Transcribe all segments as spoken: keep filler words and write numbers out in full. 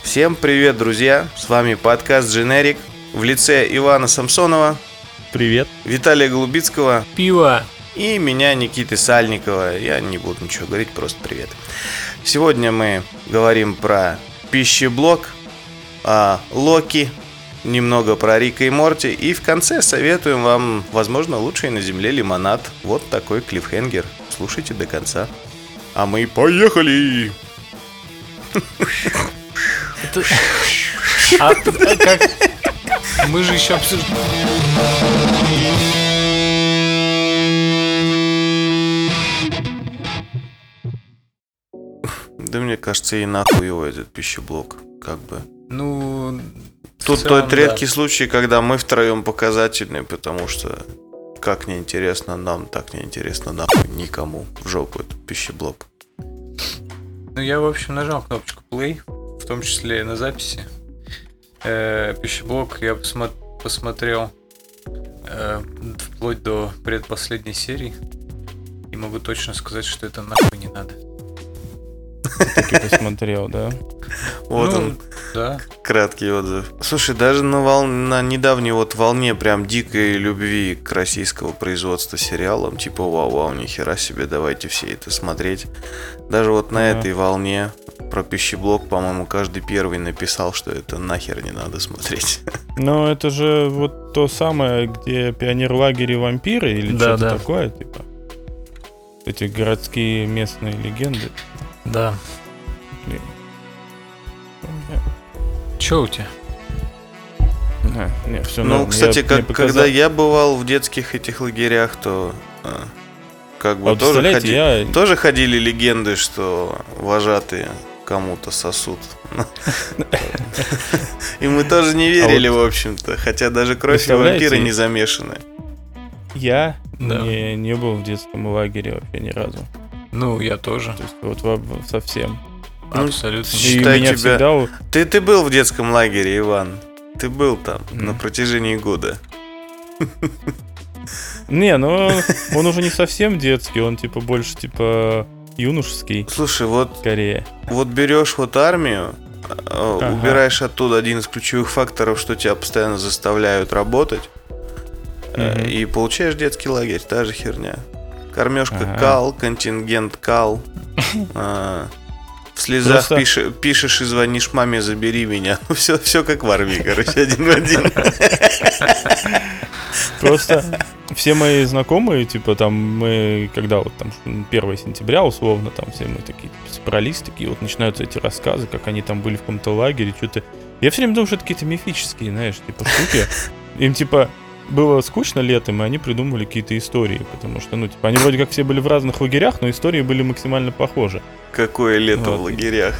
Всем привет, друзья! С вами подкаст «Дженерик» в лице Ивана Самсонова. Привет. Виталия Голубицкого. Пиво. И меня, Никиты Сальникова. Я не буду ничего говорить, просто привет. Сегодня мы говорим про пищеблок, о Локи, немного про Рика и Морти. И в конце советуем вам, возможно, лучший на земле лимонад. Вот такой клиффхенгер. Слушайте до конца. А мы поехали! Это... А, а как? Мы же еще обсуждаем. Да мне кажется, и нахуй его этот пищеблок. Как бы. Ну. Тут целом, тот редкий да. случай, когда мы втроем показательны, потому что как неинтересно нам, так неинтересно нахуй никому в жопу этот пищеблок. Ну, я, в общем, нажал кнопочку play, в том числе и на записи. Э, пищеблок я посмо- посмотрел э, вплоть до предпоследней серии. И могу точно сказать, что это нахуй не надо. Таки посмотрел, да? Вот ну, он, да. краткий отзыв. Слушай, даже на, вол... на недавней вот волне прям дикой любви к российского производства сериалам, типа вау-вау, нихера себе, давайте все это смотреть. Даже вот на Да. этой волне про пищеблок, по-моему, каждый первый написал, что это нахер не надо смотреть. Но это же вот то самое, где пионерлагерь и вампиры или Да, что-то да. такое, типа. Эти городские местные легенды. Да. Блин. Че у тебя? А, не, все Ну, кстати, как, когда я бывал в детских этих лагерях, то а, как бы А вот тоже, представляете, ходи- я... тоже ходили легенды, что вожатые кому-то сосут. И мы тоже не верили, в общем-то. Хотя даже кровь и вампиры Представляете? не замешаны. Я Да. не, не был в детском лагере вообще ни разу. Ну, я тоже. То есть вот во- во- совсем. Ну, Абсолютно. И Считай меня тебя- всегда... у- Ты, ты был в детском лагере, Иван. Ты был там Мгм. на протяжении года. Не, ну он уже не совсем детский, он типа больше типа юношеский, Слушай, вот, скорее. вот берешь вот армию, э, Ага. убираешь оттуда один из ключевых факторов, что тебя постоянно заставляют работать, э, Мгм. и получаешь детский лагерь, та же херня. Кормежка Ага. кал, контингент кал. а, В слезах Просто- пишешь, пишешь и звонишь маме, забери меня. Ну, все, все как в армии, короче, один в один. Просто все мои знакомые, типа там мы, когда вот там первого сентября условно, там все мы такие типа, собрались, такие вот начинаются эти рассказы, как они там были в каком-то лагере, что-то. Я все время думал, что это какие-то мифические, знаешь, типа штуки. Им типа было скучно летом, и они придумывали какие-то истории, потому что, ну, типа, они вроде как все были в разных лагерях, но истории были максимально похожи. Какое лето в Вот. лагерях.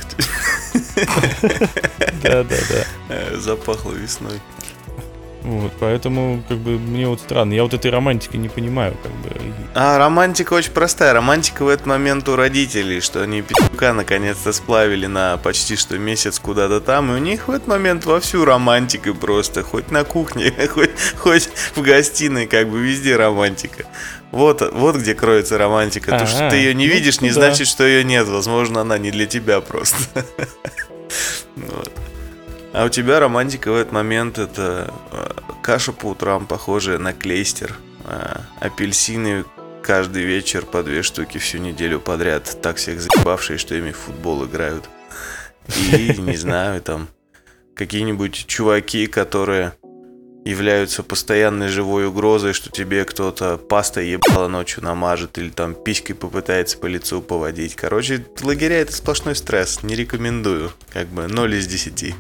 Да-да-да. Э, Запахло весной. Вот, поэтому, как бы, мне вот странно. Я вот этой романтики не понимаю, как бы. и- А романтика очень простая. Романтика в этот момент у родителей, что они пи***ка наконец-то сплавили на почти что месяц куда-то там, и у них в этот момент вовсю романтика просто. Хоть на кухне, хоть, хоть в гостиной, как бы везде романтика. Вот, вот где кроется романтика. То, что Ага, ты ее не ну, видишь, не да. значит, что ее нет. Возможно, она не для тебя просто. Вот. А у тебя романтика в этот момент это э, каша по утрам, похожая на клейстер, э, апельсины каждый вечер по две штуки всю неделю подряд, так всех заебавшие, что ими в футбол играют. И, не знаю, там какие-нибудь чуваки, которые являются постоянной живой угрозой, что тебе кто-то пастой ебало ночью намажет или там писькой попытается по лицу поводить. Короче, лагеря — это сплошной стресс, не рекомендую. Как бы ноль из десяти.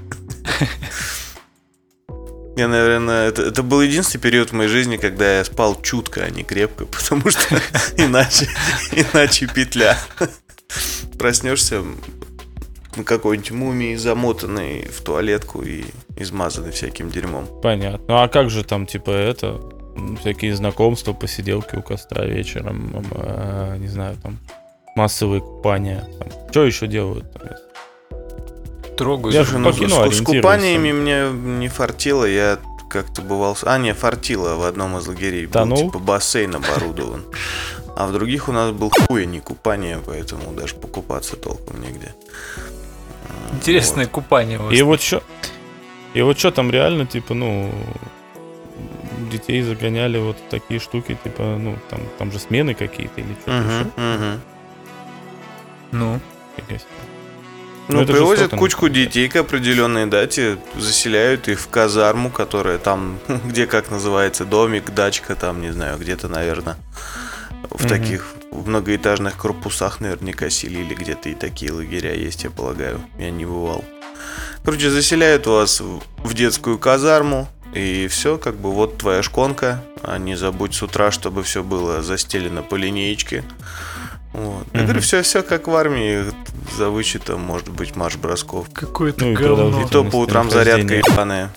Я, наверное, это, это был единственный период в моей жизни, когда я спал чутко, а не крепко, потому что иначе, иначе петля. Проснешься какой-нибудь мумией, замотанной в туалетку и измазанной всяким дерьмом. Понятно. Ну а как же там, типа, это, м, всякие знакомства, посиделки у костра вечером, м, а, не знаю, там, массовые купания. Что еще делают там? Трогаю. Я за же Ну, по с, кино с ориентируюсь купаниями мне не фартило, я как-то бывал... А, не, фартило в одном из лагерей. Был Тонул? типа бассейн оборудован. А в других у нас был хуй, а не купание, поэтому даже покупаться толком негде. Интересное Вот. купание у вас. И вот что, и вот что там реально, типа, ну, детей загоняли вот в такие штуки, типа, ну, там, там же смены какие-то или что-то еще. Мгм, мгм. Ну, Фига себе. Ну, Ну, это привозят жестоко, кучку на самом деле. детей к определенной дате, заселяют их в казарму, которая там, где, как называется, домик, дачка, там, не знаю, где-то, наверное, в Мгм. таких в многоэтажных корпусах наверняка селили, где-то и такие лагеря есть, я полагаю. Я не бывал. Короче, заселяют вас в в детскую казарму, и все, как бы, вот твоя шконка. А не забудь с утра, чтобы все было застелено по линеечке. Вот. Я Мгм. говорю, все, все как в армии, за вычетом, может быть, марш-бросков. какое-то Ну и говно. И продолжительность. то по утрам зарядка нахождения. ебаная.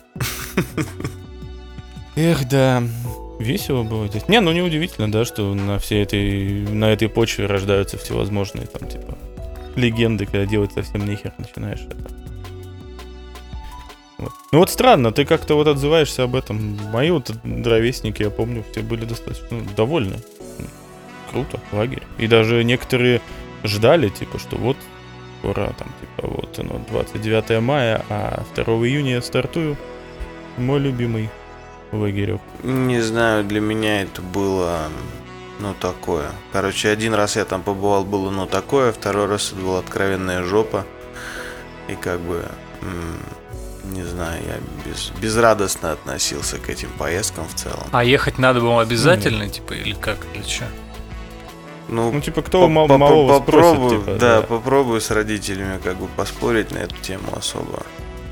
Эх, да. Весело было здесь. Не, ну неудивительно, да, что на всей этой, на этой почве рождаются всевозможные там, типа, легенды, когда делать совсем нехер начинаешь это. Вот. Ну вот странно, ты как-то вот отзываешься об этом. Мои вот ровесники, я помню, все были достаточно ну, довольны. Круто, лагерь. И даже некоторые ждали, типа, что вот скоро там, типа, вот оно, двадцать девятое мая, а второго июня я стартую. Мой любимый лагерек. Не знаю, для меня это было, ну, такое. Короче, один раз я там побывал, было, ну, такое. Второй раз это была откровенная жопа. И как бы, м, не знаю, я без, безрадостно относился к этим поездкам в целом. А ехать надо было обязательно, типа, или как, или что? Ну, типа, кто по- мал- по- малого попробую, спросит, типа, да, да. попробую с родителями как бы поспорить на эту тему особо.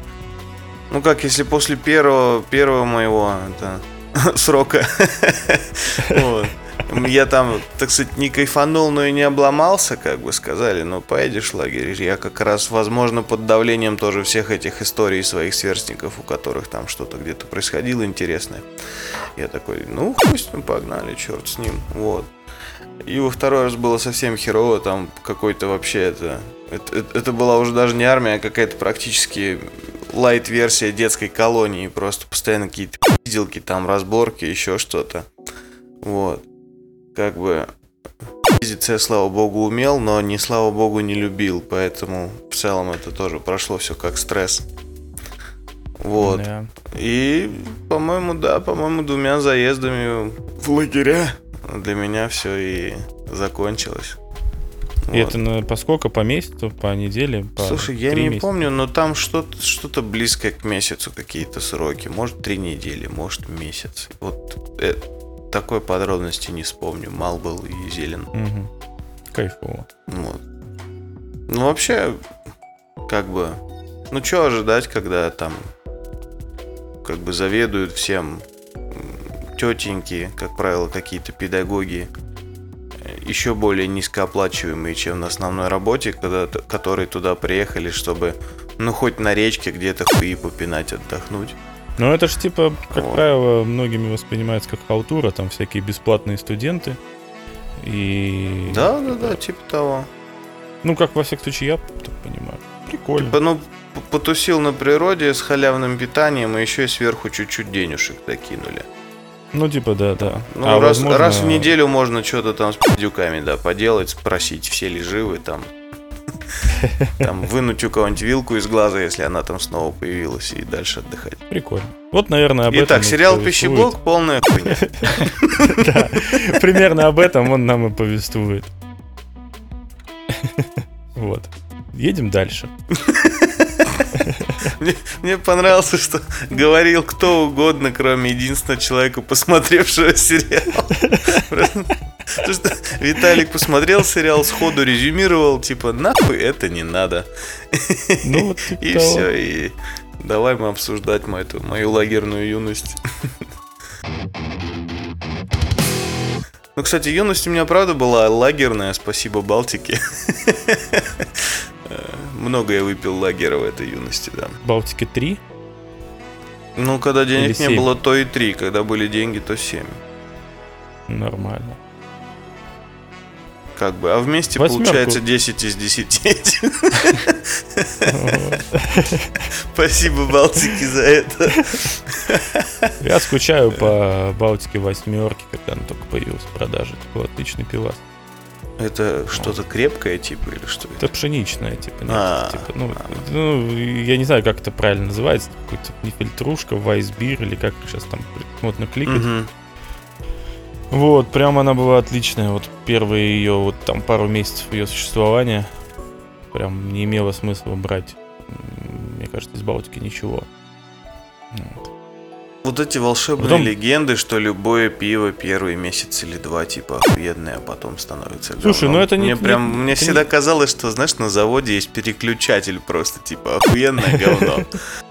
Ну как, если после первого, первого моего это, срока вот, я там, так сказать, не кайфанул, но и не обломался, как бы сказали, ну поедешь в лагерь. Я как раз, возможно, под давлением тоже всех этих историй своих сверстников, у которых там что-то где-то происходило интересное. Я такой, ну пусть, ну погнали, черт с ним, вот. И во второй раз было совсем херово, там какой-то вообще это, это... Это это была уже даже не армия, а какая-то практически лайт-версия детской колонии. Просто постоянно какие-то пизделки, там разборки, еще что-то. Вот. Как бы пиздиться я, слава богу, умел, но не, слава богу, не любил. Поэтому в целом это тоже прошло все как стресс. Вот. Да. И, по-моему, да, по-моему, двумя заездами в лагеря для меня все и закончилось. И Вот. это на, по сколько? По месяцу, по неделе? По Слушай, я три не месяца? помню, но там что-то, что-то близкое к месяцу, какие-то сроки. Может, три недели, может, месяц. Вот э, такой подробности не вспомню. Мал был и зелен. Мгм. Кайфово. Вот. Ну, вообще, как бы, ну, что ожидать, когда там как бы заведуют всем м, тетеньки, как правило, какие-то педагоги, э, еще более низкооплачиваемые, чем на основной работе, когда, т- которые туда приехали, чтобы, ну, хоть на речке где-то хуи попинать, отдохнуть. Ну, это же, типа, как Вот. правило, многими воспринимается как халтура, там всякие бесплатные студенты. И... Да, да, да, типа того. Ну, как, во всяком случае, я так понимаю. Прикольно. Типа, ну, п- потусил на природе с халявным питанием, и еще и сверху чуть-чуть денежек докинули. Ну, типа, да, да. Ну, А, раз, возможно, раз в неделю можно что-то там с пиздюками, да, поделать, спросить, все ли живы, там, там вынуть у кого-нибудь вилку из глаза, если она там снова появилась, и дальше отдыхать. Прикольно. Вот, наверное, об этом... Итак, и сериал повествует. «Пищеблок» полная хуйня. Да, примерно об этом он нам и повествует. Вот. Едем дальше. Мне, мне понравилось, что говорил кто угодно, кроме единственного человека, посмотревшего сериал. Просто- Потому что Виталик посмотрел сериал, сходу резюмировал, типа, нахуй это не надо. Ну, вот типа И того. все, и давай мы обсуждать мою, эту, мою лагерную юность. Ну, кстати, юность у меня правда была лагерная, спасибо Балтике. Много я выпил лагера в этой юности, да. Балтики три? Ну, когда денег Или не семь? было, то и три. Когда были деньги, то семь. Нормально. Как бы. А вместе Восьмерку. получается десять из десяти. Спасибо Балтике за это. Я скучаю по Балтике восьмерке, когда она только появилась в продаже. Это был отличный пивас. Это что-то крепкое, типа, или что Это пшеничное, типа, нет, А, типа, ну, а. ну, я не знаю, как это правильно называется, какой-то не фильтрушка, вайсбир, или как сейчас там модно кликать. Мгм. Вот, прям она была отличная, вот первые ее, вот там пару месяцев ее существования, прям не имело смысла брать, м, мне кажется, из Балтики ничего. Вот. Вот эти волшебные Потом- легенды, что любое пиво первый месяц или два типа охуенное, а потом становится Слушай, говном. ну это не- Мне не- прям, мне это всегда не- казалось, что, знаешь, на заводе есть переключатель просто, типа, охуенное говно.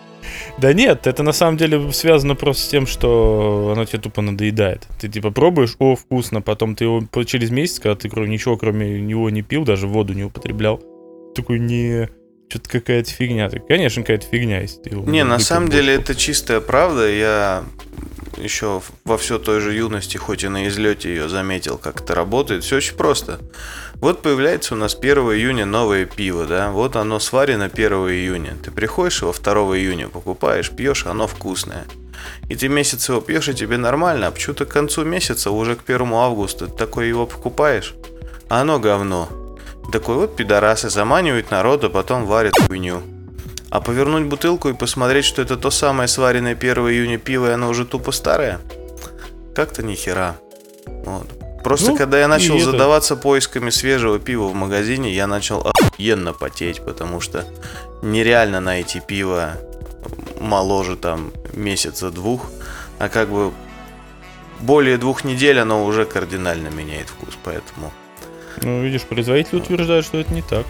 Да нет, это на самом деле связано просто с тем, что оно тебе тупо надоедает. Ты типа пробуешь, о, вкусно, потом ты его по- через месяц, когда ты кроме, ничего кроме него не пил, даже воду не употреблял, такой, не, что-то какая-то фигня. Так, конечно, какая-то фигня, если ты его Не, на выпил самом деле бочку. это чистая правда. Я еще во все той же юности, хоть и на излете ее заметил, как это работает. Все очень просто. Вот появляется у нас первого июня новое пиво, да, вот оно сварено первого июня. Ты приходишь его второго июня, покупаешь, пьешь, оно вкусное. И ты месяц его пьешь, и тебе нормально, а почему-то к концу месяца, уже к первому августа, ты такой его покупаешь, а оно говно. Такой вот пидорасы заманивают народ, а потом варят хуйню. А повернуть бутылку и посмотреть, что это то самое сваренное первого июня пиво, и оно уже тупо старое, как-то нихера. Вот. Просто Ну, когда я начал и это- задаваться поисками свежего пива в магазине, я начал охуенно потеть, потому что нереально найти пиво моложе там месяца двух, а как бы более двух недель оно уже кардинально меняет вкус, поэтому... Ну, видишь, производитель утверждает, что это не так.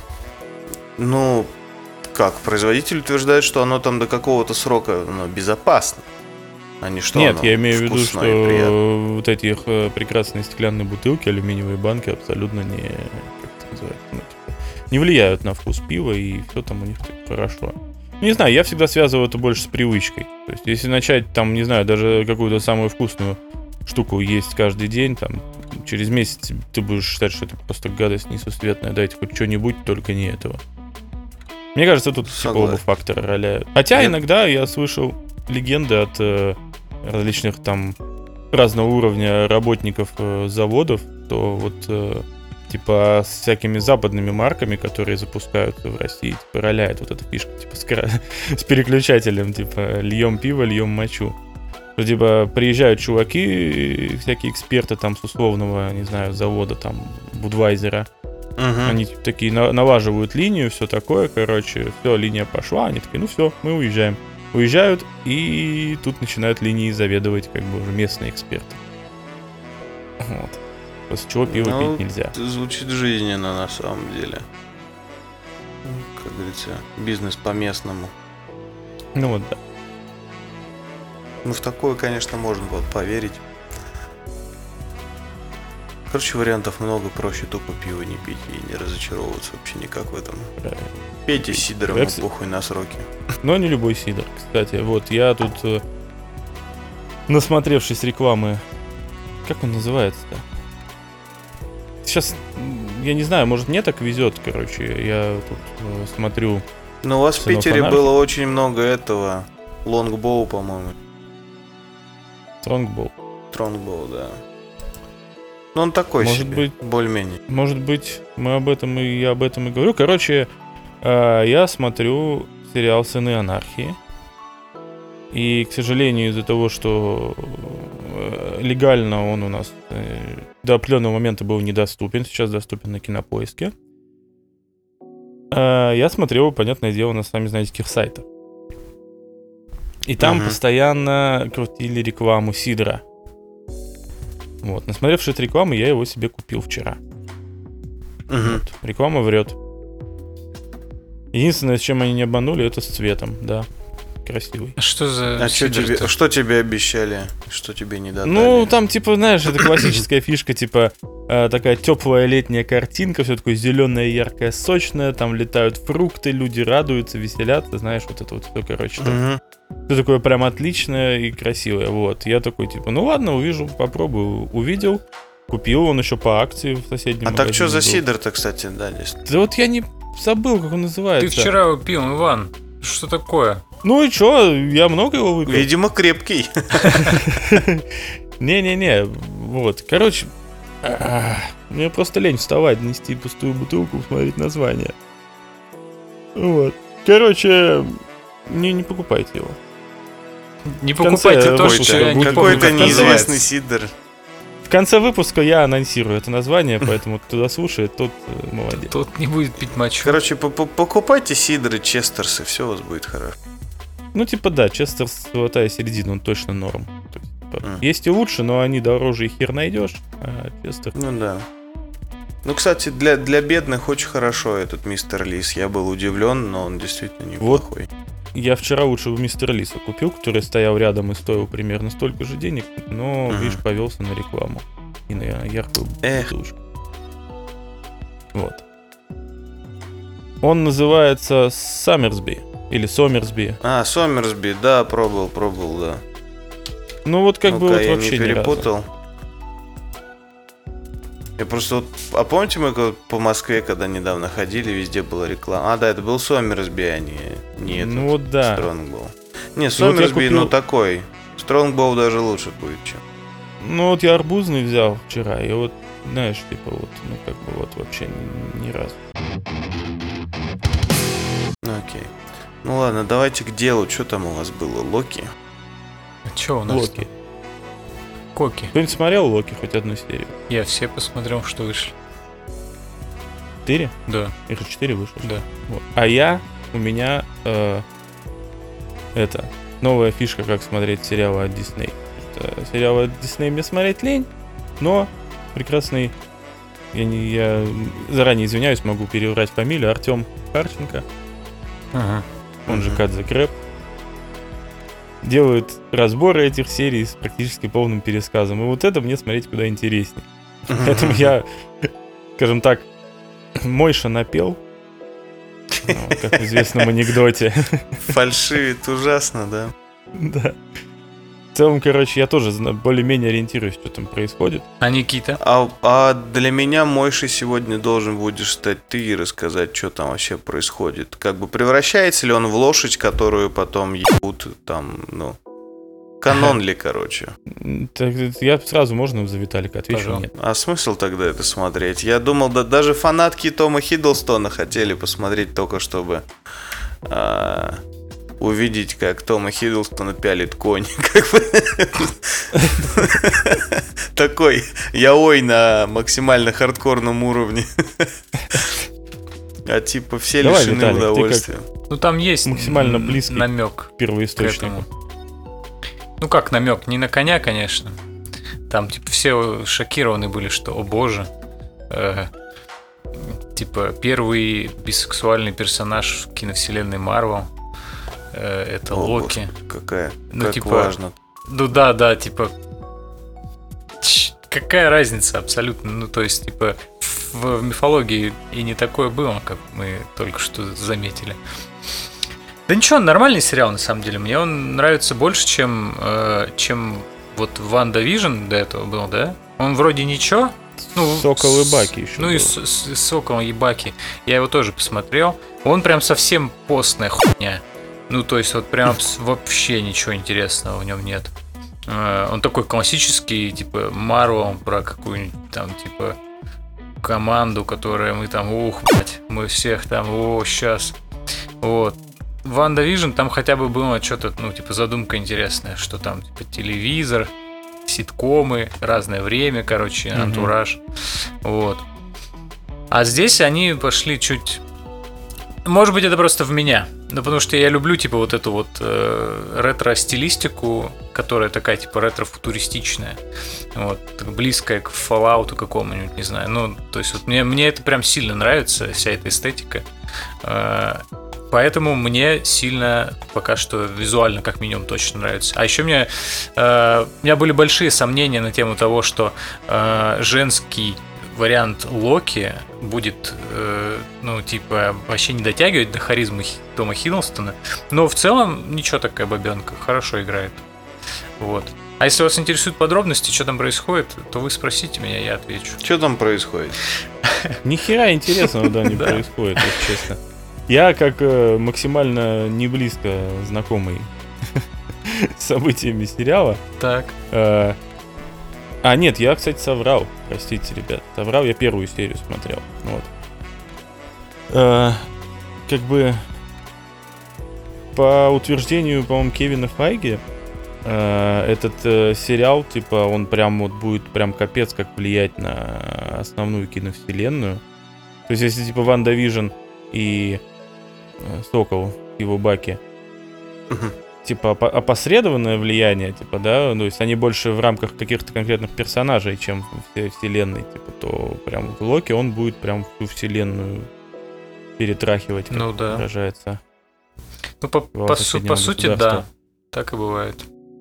Ну, как, производитель утверждает, что оно там до какого-то срока ну, безопасно, а не что Нет, оно я имею в виду, вкусное что и приятное. вот эти их э, прекрасные стеклянные бутылки, алюминиевые банки абсолютно не, как это называется, ну, типа, не влияют на вкус пива, и все там у них так хорошо. Ну, не знаю, я всегда связываю это больше с привычкой. То есть, если начать там, не знаю, даже какую-то самую вкусную штуку есть каждый день, там, через месяц ты будешь считать, что это просто гадость несусветная, дайте хоть что-нибудь, только не этого. Мне кажется, тут типа оба Согласен. фактора роляют. Хотя Я- иногда я слышал легенды от э, различных там разного уровня работников э, заводов, то вот э, типа с всякими западными марками, которые запускаются в России, типа роляет вот эта фишка, типа с, кра- с переключателем, типа льем пиво, льем мочу. Что, типа, приезжают чуваки, всякие эксперты там с условного, не знаю, завода, там, Будвайзера. Мгм. Они типа, такие на- налаживают линию, все такое, короче, все, линия пошла, они такие, ну все, мы уезжаем. Уезжают, и тут начинают линии заведовать, как бы, уже местные эксперты. Вот. После чего пиво Ну, пить нельзя. Это звучит жизненно на самом деле. Ну, как говорится, бизнес по-местному. Ну вот, да. Ну, в такое, конечно, можно было поверить. Короче, вариантов много, проще тупо пиво не пить и не разочаровываться вообще никак в этом. Правильно. Пейте сидором, Я, и кстати- похуй на сроки. Но не любой сидр, кстати. Вот, я тут, э, насмотревшись рекламы, как он называется-то? Сейчас, м, я не знаю, может мне так везет, короче. Я тут э, смотрю. Но у вас в Сынов Питере анархии. было очень много этого. Лонгбоу, по-моему. Strongbow. Тронгбоу, да. Ну, он такой Может себе, быть- более-менее. Может быть, мы об этом и я об этом и говорю. Короче, э, я смотрю сериал «Сыны анархии». И, к сожалению, из-за того, что э, легально он у нас э, до определенного момента был недоступен, сейчас доступен на Кинопоиске. Э, я смотрел, понятное дело, на, сами знаете, каких сайтах. И там Мгм. постоянно крутили рекламу сидра. Вот, насмотревшись эту рекламу, я его себе купил вчера. Мгм. Вот, реклама врет. Единственное, с чем они не обманули, это с цветом, да. Красивый. А что за А что сидр-то? тебе, что тебе обещали? Что тебе не додали? Ну, там, типа, знаешь, это классическая фишка, типа, э, такая теплая летняя картинка, все такое зеленое, яркое, сочное, там летают фрукты, люди радуются, веселятся, знаешь, вот это вот все, короче, так. Мгм. Все такое прям отличное и красивое, вот. Я такой, типа, ну ладно, увижу, попробую. Увидел, купил, он еще по акции в соседнем А так что за магазине был. сидр-то, кстати, дали? Да вот я не забыл, как он называется. Ты вчера его пил, Иван. Что такое? Ну и чё, я много его выпил. Видимо, крепкий. Не-не-не, вот, короче, а, Мне просто лень вставать, нести пустую бутылку, смотреть название. Вот. Короче, не, не покупайте его. Не В конце покупайте то, выпуска что я не будет помню, Какой-то как неизвестный называется. сидр. В конце выпуска я анонсирую это название, поэтому кто дослушает, тот э, молодец. Тот не будет пить мочу. Короче, по- по- покупайте сидры, честерсы, все у вас будет хорошо. Ну, типа, да, Честер золотая середина, он точно норм. То есть, типа, Мгм. есть и лучше, но они дороже и хер найдешь, а Честер... Ну да. Ну, кстати, для, для бедных очень хорошо этот мистер Лис. Я был удивлен, но он действительно неплохой. Я вчера лучше в Мистер Лиса купил, который стоял рядом и стоил примерно столько же денег, но, Мгм. видишь, повелся на рекламу и на яркую Эх. бутылочку. Вот. Он называется Саммерсби или Сомерсби. А, Сомерсби, да, пробовал, пробовал, да. Ну вот как бы Ну-ка, вот я вообще не ни разу. перепутал. Я просто вот... А помните, мы как по Москве, когда недавно ходили, везде была реклама? А, да, это был Сомерсби, а не, не этот Ну вот да. Стронгбоу. Не, я Сомерсби, купил- ну такой. Стронгбоу даже лучше будет, чем... Ну вот я арбузный взял вчера, и вот, знаешь, типа вот, ну как бы вот вообще ни, ни разу. Ну, окей. Ну ладно, давайте к делу. Что там у вас было? Локи? А чё у нас Локи. тут? Коки. Кто-нибудь смотрел Локи хоть одну серию? Я все посмотрел, что вышли. Четыре? Да, Их же четыре вышло. да. Вот. А я, у меня, э, это, новая фишка, как смотреть сериалы от Disney. Потому что сериалы от Disney мне смотреть лень, но прекрасный, я, не, я заранее извиняюсь, могу переврать фамилию, Артем Харченко, Ага. он же Мгм. Cut the Crap, делают разборы этих серий с практически полным пересказом. И вот это мне смотреть куда интереснее. Поэтому я, скажем так, Мойша напел, ну, как в известном анекдоте. Фальшивит ужасно, да? Да. В целом, короче, я тоже зна- более-менее ориентируюсь, что там происходит. А Никита? А, а для меня Мойшей сегодня должен будешь стать ты и рассказать, что там вообще происходит. Как бы превращается ли он в лошадь, которую потом ебут там, ну... Канон ли, короче? М, так, я сразу, можно за Виталика отвечу? Пожалуйста. Нет. А смысл тогда это смотреть? Я думал, да даже фанатки Тома Хиддлстона хотели посмотреть только чтобы а, увидеть, как Тома Хиддлстона пялит конь. Как бы. Такой яой на максимально хардкорном уровне. А типа все Давай, лишены Виталик, ты как- удовольствия. Ну там есть Максимально м, близкий намек к Первоисточнику. этому. Ну как намек? Не на коня, конечно. Там типа все шокированы были, что, о боже, э, типа первый бисексуальный персонаж в киновселенной Марвел. Э, это О, Локи. Господи, какая, Ну, как типа, важно. Ну да, да, типа. ч- Какая разница абсолютно? Ну, то есть, типа, в, в мифологии и не такое было, как мы только что заметили. Да ничего, нормальный сериал, на самом деле. Мне он нравится больше, чем, э, чем вот Ванда Вижн до этого был, да? Он вроде ничего. Ну, Сокол и с- Баки еще Ну и был. с, с- Сокол и Баки. Я его тоже посмотрел. Он прям совсем постная хуйня. Ну, то есть, вот прям с- вообще ничего интересного в нем нет. Э, Он такой классический, типа, Марвел про какую-нибудь там, типа, команду, которая мы там, ух, блядь, мы всех там, о, сейчас. Вот. Ванда Вижн, там хотя бы было что-то, ну, типа, задумка интересная, что там, типа, телевизор, ситкомы, разное время, короче, Мгм. антураж. Вот. А здесь они пошли чуть... Может быть, это просто в меня. Ну, потому что я люблю, типа, вот эту вот э, ретро-стилистику, которая такая, типа, ретро-футуристичная. Вот, так близкая к Fallout какому-нибудь, не знаю. Ну, то есть, вот мне, мне это прям сильно нравится, вся эта эстетика. Э, поэтому мне сильно пока что визуально, как минимум, точно нравится. А еще мне, э, у меня были большие сомнения на тему того, что э, женский вариант Локи будет, э, ну, типа, вообще не дотягивать до харизмы Хи- Тома Хиддлстона. Но в целом ничего, такая бабенка, хорошо играет. Вот. А если вас интересуют подробности, что там происходит, то вы спросите меня, я отвечу. Что там происходит? Ни хера интересного, да, не Да. происходит, если честно. Я, как э, максимально не близко знакомый с событиями сериала, Так. э, А, нет, я, кстати, соврал. Простите, ребят. Соврал, я первую серию смотрел. Вот. Э, как бы... По утверждению, по-моему, Кевина Файги, э, этот э, сериал, типа, он прям вот будет прям капец как влиять на основную киновселенную. То есть, если, типа, Ванда Вижн и э, Сокол, его Баки, Мгм. типа, опо- опосредованное влияние, типа, да, то есть они больше в рамках каких-то конкретных персонажей, чем в всей вселенной, типа, то прям вот Локи, он будет прям всю вселенную перетрахивать, как Ну да. выражается. Ну, по, Глава по, су- соседнего по сути, государства. да. Так и бывает.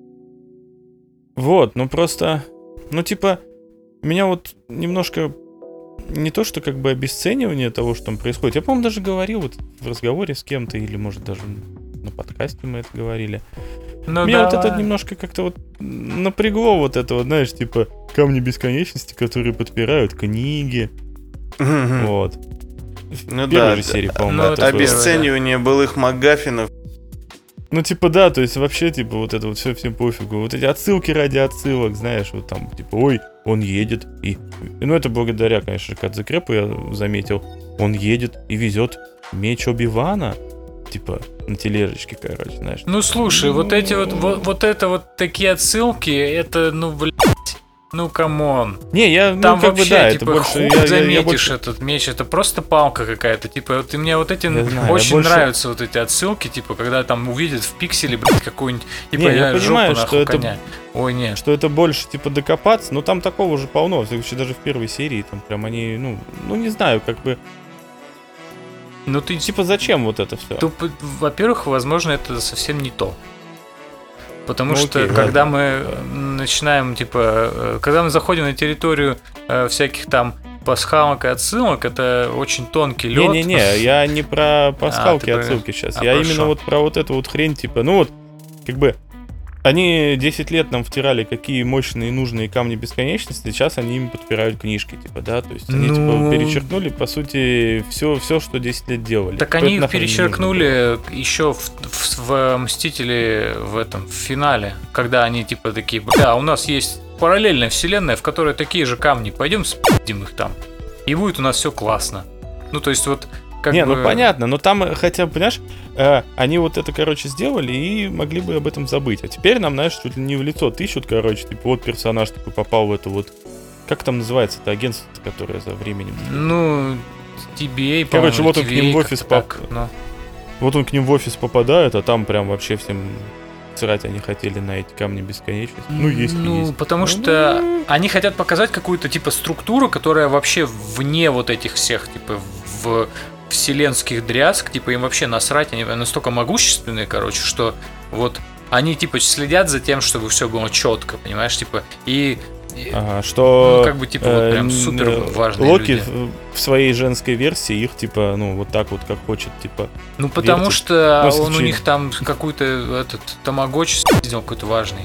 Вот, ну просто, ну типа, меня вот немножко не то, что как бы обесценивание того, что там происходит. Я, по-моему, даже говорил вот в разговоре с кем-то, или, может, даже на подкасте мы это говорили. Ну, Меня вот давай. это немножко как-то вот напрягло вот это вот, знаешь, типа камни бесконечности, которые подпирают книги. Мгм. Вот. Ну В первой да, же да. серии, по-моему, Ну, это это было. обесценивание. Обесценивание былых магафинов. Ну, типа, да, то есть вообще, типа, вот это вот все всем пофигу. Вот эти отсылки ради отсылок, знаешь, вот там, типа, ой, он едет и... Ну, это благодаря, конечно, Кадзе Крепу я заметил. Он едет и везет меч Оби-Вана, типа, на тележечке, короче, знаешь. Ну, слушай, вот эти вот, вот, вот это вот такие отсылки, это, ну, блядь, ну, камон. Не, я, ну, Там как вообще, бы, да, типа, это больше... хуй Я, я- я заметишь больше- этот меч, это просто палка какая-то. Типа, вот и мне вот эти Я знаю, я очень больше- нравятся вот эти отсылки, типа, когда там увидят в пикселе, блядь, какую-нибудь, типа, Не, я жопу понимаю, что нахуй это- коня. Ой, нет. Что это больше, типа, докопаться, но там такого же полно. В всяком случае, даже в первой серии, там прям они, ну, ну, не знаю, как бы... Ну, ты, Типа, зачем вот это все? то, во-первых, возможно, это совсем не то. Потому Ну, что окей, когда ладно. мы э, начинаем, типа, э, когда мы заходим на территорию э, всяких там пасхалок и отсылок, это очень тонкий лед. Не-не-не, я не про пасхалки, ты про- отсылки сейчас. а я про именно шо? вот про вот эту вот хрень, типа, ну вот, как бы, они десять лет нам втирали, какие мощные и нужные камни бесконечности, сейчас они им подпирают книжки, типа, да, то есть они, Ну. типа, перечеркнули, по сути, все, все, что десять лет делали. Так Что они это их нахрен не нужно было? перечеркнули еще в, в, в Мстители в этом в финале, когда они типа такие, да, у нас есть параллельная вселенная, в которой такие же камни, пойдем спи***дим их там, и будет у нас все классно. Ну то есть вот как не, бы... ну понятно, но там э, хотя бы, понимаешь, э, они вот это, короче, сделали и могли бы об этом забыть. А теперь нам, знаешь, чуть ли не в лицо тыщут, короче, типа, вот персонаж такой попал в эту вот... Как там называется это агентство, которое за временем? Ну, ти би эй, Короче, по-моему, вот он ти к ви эй, ним в как-то офис так, поп- ну. Вот он к ним в офис попадает, а там прям вообще всем срать они хотели на эти камни бесконечности. Ну, есть и Ну, есть. потому Ну, что ну. они хотят показать какую-то типа структуру, которая вообще вне вот этих всех, типа, в вселенских дрязг, типа, им вообще насрать, они настолько могущественные, короче, что вот они, типа, следят за тем, чтобы все было четко, понимаешь, типа, и... и- Ага, что... Ну, как бы, типа, вот прям э, супер э, важные Локи люди. в, в своей женской версии их, типа, ну, вот так вот, как хочет, типа... Ну, потому вертит. что Ну, в он у случае- них там какой-то этот тамагочи сделал какой-то важный.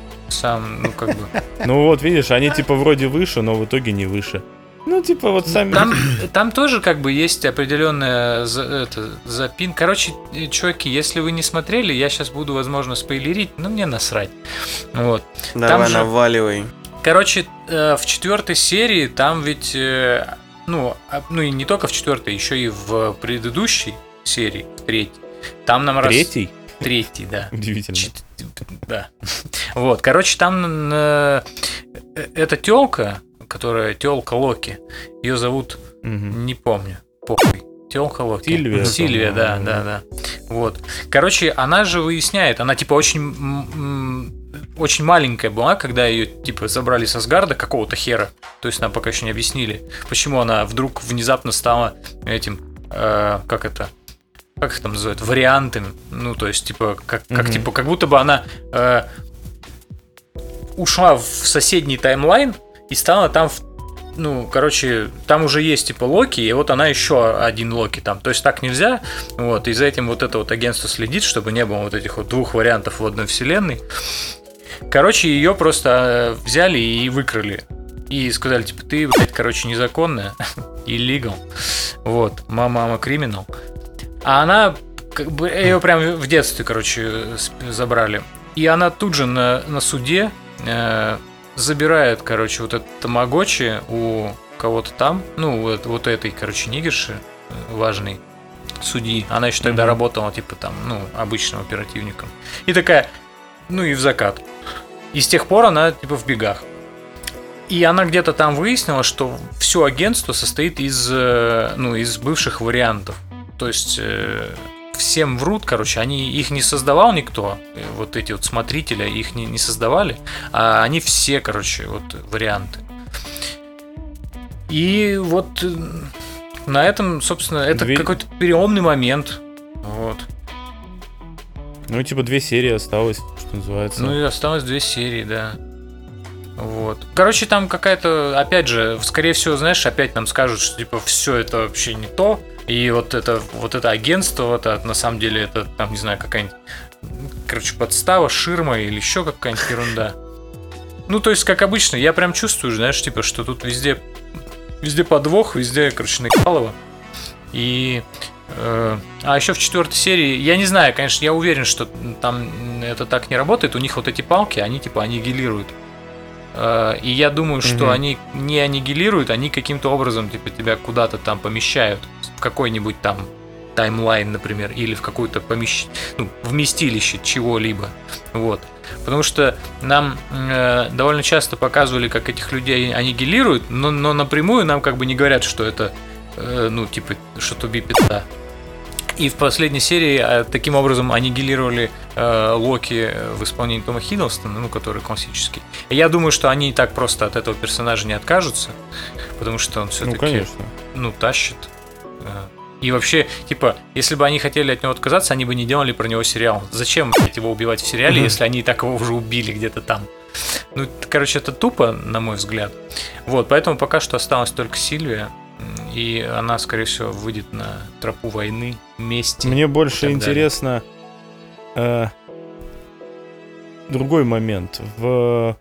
Сам, ну, как бы... Ну, вот, видишь, они, типа, вроде выше, но в итоге не выше. Ну, типа, вот сами... Там, там тоже как бы есть определенная за- это, запин. Короче, э, чуваки, если вы не смотрели, я сейчас буду, возможно, спойлерить, но мне насрать. Вот. Давай, же- наваливай. Короче, э, в четвертой серии там ведь, э, ну, а- ну и не только в четвертой, еще и в предыдущей серии, в третьей. Там нам раз... Третий? Третий, да. Удивительно. Чет- Да. Вот, короче, там э, э, эта телка, которая телка Локи, ее зовут, Мгм. не помню, похуй. Телка Локи. Сильвия, Сильвия, да, по-моему. да, да. Вот. Короче, она же выясняет, она типа очень, м, м, очень маленькая была, когда ее типа забрали с Асгарда какого-то хера. То есть нам пока еще не объяснили, почему она вдруг внезапно стала этим, э, как это, как их там называют, вариантами. Ну, то есть, типа, как, как, Мгм. типа, как будто бы она э, ушла в соседний таймлайн и стала там, в- ну, короче, там уже есть, типа, Локи, и вот она еще один Локи там. То есть так нельзя. Вот, и за этим вот это вот агентство следит, чтобы не было вот этих вот двух вариантов в одной вселенной. Короче, ее просто э, взяли и выкрали. И сказали, типа, ты, блядь, короче, незаконная, illegal. Вот, мама криминал. А она, как бы, ее прям в детстве, короче, сп- забрали. И она тут же на, на суде, э, забирают, короче, вот этот тамагочи у кого-то там, ну, вот, вот этой, короче, нигерши важной судьи. Она еще тогда mm-hmm. работала, типа, там, ну, обычным оперативником. И такая, ну, и в закат. И с тех пор она, типа, в бегах. И она где-то там выяснила, что все агентство состоит из, ну, из бывших вариантов. То есть всем врут, короче, они, их не создавал никто, вот эти вот смотрители их не, не создавали, а они все, короче, вот варианты. И вот на этом, собственно, это две... какой-то переломный момент. Вот. Ну, типа, две серии осталось, что называется. Ну, и осталось две серии, да. Вот. Короче, там какая-то, опять же, скорее всего, знаешь, опять нам скажут, что типа все это вообще не то. И вот это, вот это агентство, это на самом деле это, там, не знаю, какая-нибудь, короче, подстава, ширма или еще какая-нибудь ерунда. Ну, то есть, как обычно, я прям чувствую, знаешь, типа, что тут везде, везде подвох, везде, короче, наебалово. И... Э, а еще в четвертой серии, я не знаю, конечно, я уверен, что там это так не работает. У них вот эти палки, они типа аннигилируют. И я думаю, что mm-hmm. они не аннигилируют, они каким-то образом типа тебя куда-то там помещают, в какой-нибудь там таймлайн, например, или в какое-то помещ... ну, вместилище чего-либо. Вот. Потому что нам э, довольно часто показывали, как этих людей аннигилируют, но, но напрямую нам как бы не говорят, что это, э, ну, типа, что to be пизда. И в последней серии э, таким образом аннигилировали э, Локи в исполнении Тома Хиддлстона, ну, который классический. И я думаю, что они и так просто от этого персонажа не откажутся, потому что он все-таки, ну, конечно. ну, тащит. И вообще, типа, если бы они хотели от него отказаться, они бы не делали про него сериал. Зачем, блядь, его убивать в сериале, mm-hmm. если они и так его уже убили где-то там? Ну, короче, это тупо, на мой взгляд. Вот, поэтому пока что осталась только Сильвия. И она, скорее всего, выйдет на тропу войны, мести. Мне больше интересно э, другой момент. В...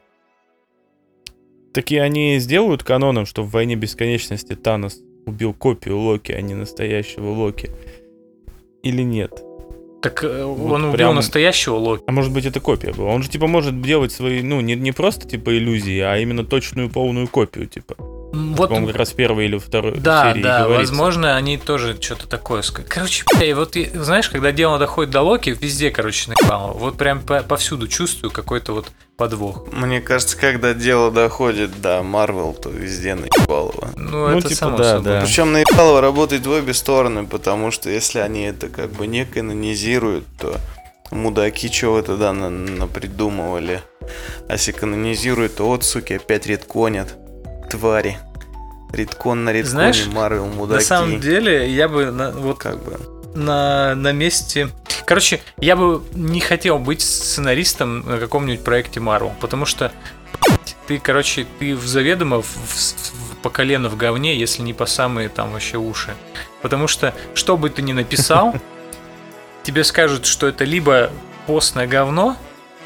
Таки они сделают каноном, что в «Войне бесконечности» Танос убил копию Локи, а не настоящего Локи? Или нет? Так вот он убил прям... настоящего Локи. А может быть, это копия была? Он же, типа, может делать свои, ну, не, не просто, типа, иллюзии, а именно точную, полную копию, типа. Вот, по-моему, как раз первой или второй да, серии да, говорится. Возможно, они тоже что-то такое скажут. Короче, бля, вот, знаешь, когда дело доходит до Локи, везде, короче, наебало. Вот прям повсюду чувствую какой-то вот подвох. Мне кажется, когда дело доходит до Марвел, то везде наебалово. Ну, ну это типа, само да, собой. Да. Причем наебалово работает в обе стороны, потому что если они это как бы не канонизируют, то мудаки чего тогда напридумывали. А если канонизируют, то вот, суки, опять редконят. Твари. Редкон на редконе, Марвел, мудаки. На самом деле, я бы на, вот как бы на, на месте... Короче, я бы не хотел быть сценаристом на каком-нибудь проекте Марвел, потому что ты, короче, ты заведомо в, в, по колено в говне, если не по самые там вообще уши. Потому что, что бы ты ни написал, тебе скажут, что это либо постное говно,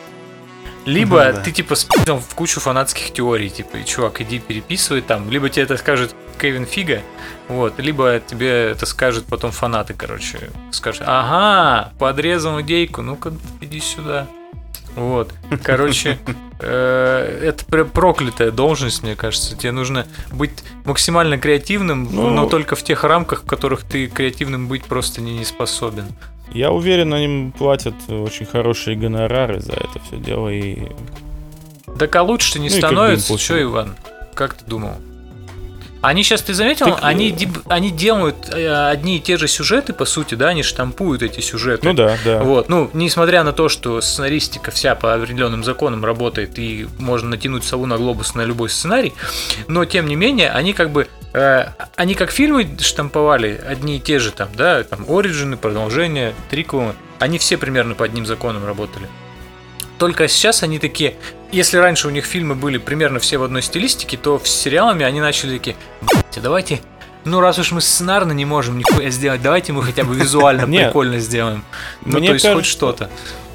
либо ну, да. ты типа спиздил в кучу фанатских теорий, типа, и чувак, иди переписывай там, либо тебе это скажет Кевин Фига, вот, либо тебе это скажут потом фанаты, короче, скажут, ага, подрезал идейку, ну-ка, иди сюда. Вот, короче, это проклятая должность, мне кажется. Тебе нужно быть максимально креативным, но только в тех рамках, в которых ты креативным быть просто не способен. Я уверен, они платят очень хорошие гонорары за это все дело и... Так а лучше не ну, становится, что, Иван? Как ты думал? Они сейчас, ты заметил, так... они, они делают одни и те же сюжеты, по сути, да, они штампуют эти сюжеты. Ну да, да. Вот, ну, несмотря на то, что сценаристика вся по определенным законам работает и можно натянуть сову на глобус на любой сценарий, но тем не менее, они как бы, э, они как фильмы штамповали одни и те же там, да, там, оригины, продолжения, триквелы, они все примерно по одним законам работали. Только сейчас они такие, если раньше у них фильмы были примерно все в одной стилистике, то с сериалами они начали такие, блядь, давайте, ну раз уж мы сценарно не можем нихуя сделать, давайте мы хотя бы визуально прикольно сделаем. Ну то есть хоть что-то.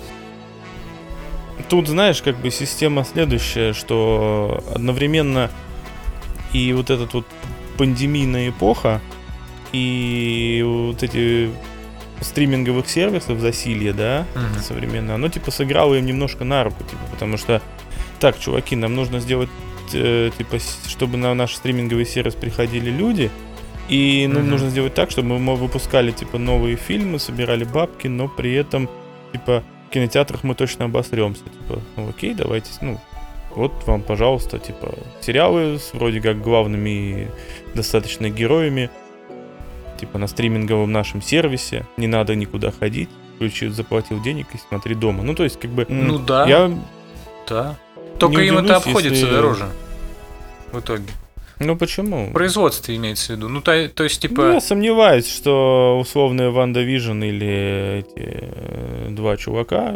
Тут, знаешь, как бы система следующая, что одновременно и вот эта вот пандемийная эпоха, и вот эти... стриминговых сервисов засилье, да, mm-hmm. современно, оно типа сыграло им немножко на руку, типа, потому что так, чуваки, нам нужно сделать, э, типа, чтобы на наш стриминговый сервис приходили люди, и нам mm-hmm. нужно сделать так, чтобы мы выпускали, типа, новые фильмы, собирали бабки, но при этом, типа, в кинотеатрах мы точно обосремся. Типа, ну окей, давайте, ну, вот вам, пожалуйста, типа, сериалы с вроде как главными и достаточно героями, типа, на стриминговом нашем сервисе, не надо никуда ходить, включил, заплатил денег и смотри дома. Ну, то есть, как бы... Ну да, я да. Только им это обходится если... дороже в итоге. Ну, почему? Производство имеется в виду. Ну, то, то есть, типа... Ну, я сомневаюсь, что условные WandaVision или эти э, два чувака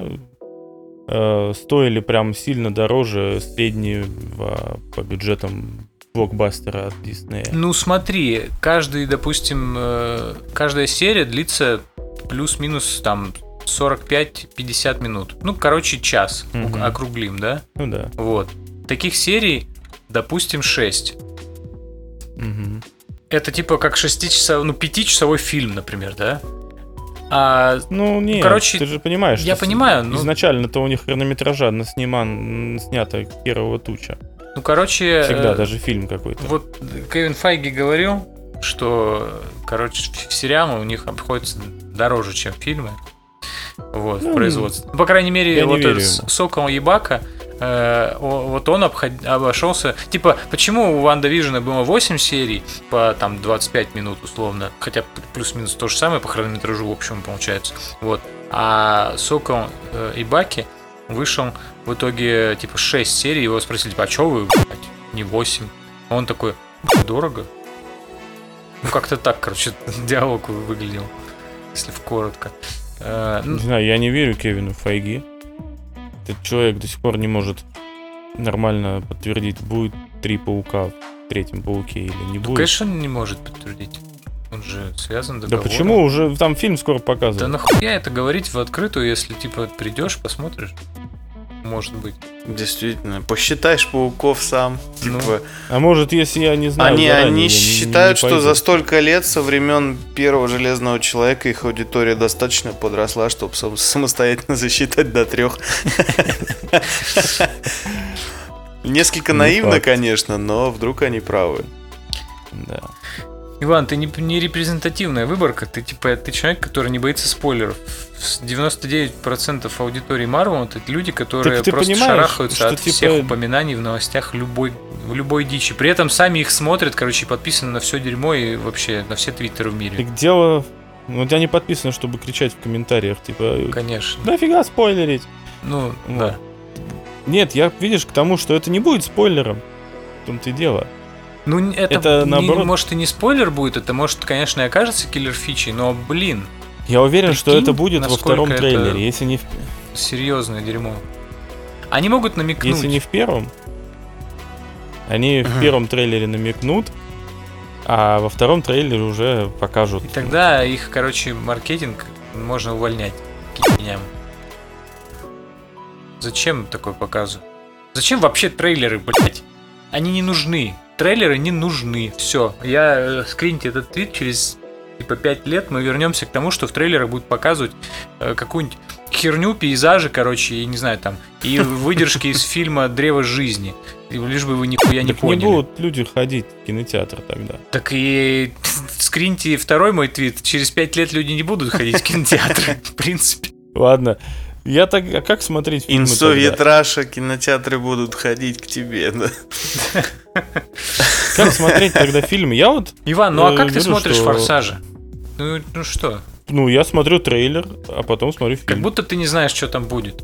э, стоили прям сильно дороже среднего по бюджетам блокбастера от Disney. Ну, смотри, каждый, допустим, э, каждая серия длится плюс-минус там сорок пять - пятьдесят минут. Ну, короче, час. Угу. Округлим, да? Ну да. Вот. Таких серий, допустим, шесть. Угу. Это типа как шестичасовой, ну, пятичасовой фильм, например, да? А, ну, нет, короче, ты же понимаешь, я понимаю, но... изначально-то у них хронометража насниман, снято херова туча. Ну, короче... Всегда, э, даже фильм какой-то. Вот Кевин Файги говорил, что, короче, сериалы у них обходятся дороже, чем фильмы. Вот, ну, в производстве. По крайней мере, вот Сокол и Бака, э, вот он обход... обошелся. Типа, почему у Ванда Вижена было восемь серий по там двадцать пять минут условно, хотя плюс-минус то же самое по хронометражу, в общем, получается. Вот. А Сокол э, и Баки вышел в итоге типа шесть серий, его спросили, типа, а чё вы, блядь, не восемь? Он такой, дорого. Ну, как-то так, короче, диалог выглядел, если коротко. Не знаю, я не верю Кевину Файги. Этот человек до сих пор не может нормально подтвердить, будет три паука в третьем пауке или не будет. Ну, конечно, он не может подтвердить. Он же связан договором. Да почему? Уже там фильм скоро показывают. Да нахуя это говорить в открытую, если типа придешь, посмотришь? Может быть. Действительно. Посчитаешь пауков сам. Ну. Типа... А может, если я не знаю. Они, заранее, они я считают, не, не, не что за столько лет со времен первого Железного Человека их аудитория достаточно подросла, чтобы самостоятельно засчитать до трех. Несколько наивно, конечно, но вдруг они правы. Да. Иван, ты не, не репрезентативная выборка, ты типа ты человек, который не боится спойлеров. девяносто девять процентов аудитории Marvel это люди, которые просто шарахаются от типа... всех упоминаний в новостях любой, любой дичи. При этом сами их смотрят, короче, подписаны на все дерьмо и вообще на все твиттеры в мире. Так дело... Ну, у тебя не подписано, чтобы кричать в комментариях, типа... Конечно. Нафига спойлерить? Ну, вот. Да. Нет, я, видишь, к тому, что это не будет спойлером. В том-то и дело. Ну, это, это не, наоборот... может, и не спойлер будет, это, может, конечно, и окажется киллер-фичей, но, блин... Я уверен, прикинь, что это будет во втором трейлере, если не в... Серьезное дерьмо. Они могут намекнуть. Если не в первом, они uh-huh. в первом трейлере намекнут, а во втором трейлере уже покажут. И тогда их, короче, маркетинг можно увольнять к ням. Зачем такое показывать? Зачем вообще трейлеры, блять? Они не нужны. Трейлеры не нужны. Все. Я э, скриньте этот твит через типа пять лет мы вернемся к тому, что в трейлерах будут показывать э, какую-нибудь херню, пейзажи, короче, и не знаю, там, и выдержки из фильма «Древо жизни». Лишь бы вы нихуя не так поняли. Не будут люди ходить в кинотеатр тогда. Так и скриньте второй мой твит. Через пять лет люди не будут ходить в кинотеатр, в принципе. Ладно. Я так, а как смотреть фильмы In Soviet Russia кинотеатры будут ходить к тебе, да? Как смотреть тогда фильмы? Я вот... Иван, ну а как ты смотришь «Форсажи»? Ну, ну что? Ну, я смотрю трейлер, а потом смотрю фильм. Как будто ты не знаешь, что там будет.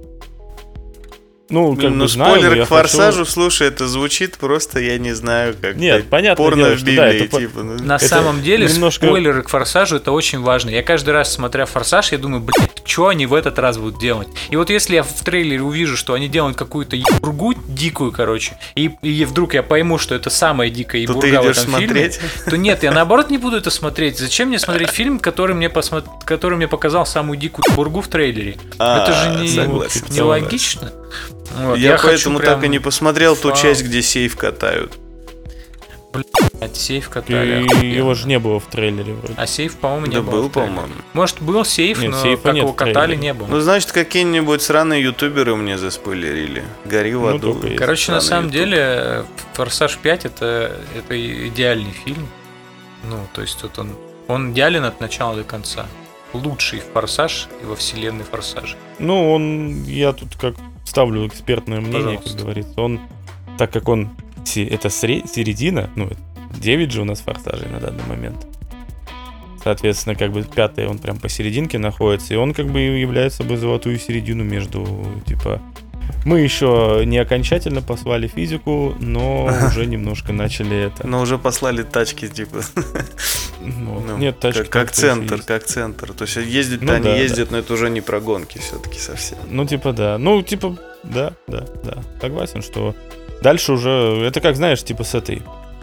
Ну, как ну, бы знаю, спойлер но к «Форсажу», хочу... слушай, это звучит просто, я не знаю, как... Нет, понятно, порно дело, в Библии, да, это... типа. Ну... На это самом деле, немножко... спойлеры к «Форсажу» это очень важно. Я каждый раз, смотря «Форсаж», я думаю, блядь, что они в этот раз будут делать? И вот если я в трейлере увижу, что они делают какую-то ебургу дикую, короче, и, и вдруг я пойму, что это самая дикая ебурга в этом смотреть? фильме, то нет, я наоборот не буду это смотреть. Зачем мне смотреть фильм, который мне, посмо... который мне показал самую дикую ебургу в трейлере? А, это же не, согласен, не логично. Вот, я, я поэтому прям... так и не посмотрел ту часть, где сейф катают. Блядь, сейф катали. И его же не было в трейлере вроде. А сейф, по-моему, не Да было. был, по-моему. Может, был сейф, Нет, но сейфа как нет его в катали, трейлере. не было. Ну, значит, какие-нибудь сраные ютуберы мне заспойлерили. Гори в Ну, аду. только есть. Короче, на Странный самом YouTube. деле, «Форсаж пять» это, это идеальный фильм. Ну, то есть вот он, он идеален от начала до конца. Лучший «Форсаж» и во вселенной «Форсажа». Ну, он, я тут как ставлю экспертное мнение, Пожалуйста. как говорится. Он, так как он, се- это сре- середина, ну, девять же у нас форсажей на данный момент. Соответственно, как бы пятый он прям посерединке находится, и он как бы является собой золотую середину между, типа, мы еще не окончательно послали физику, но уже немножко начали это. Но уже послали тачки, типа. Ну, Ну, нет, тачки как, как тоже центр, есть. как центр. То есть ездить-то Ну они да, ездят, но это уже не про гонки все-таки совсем. Ну, типа, да. Ну, типа, да, да, да. Согласен, что дальше уже... Это как, знаешь, типа с этой...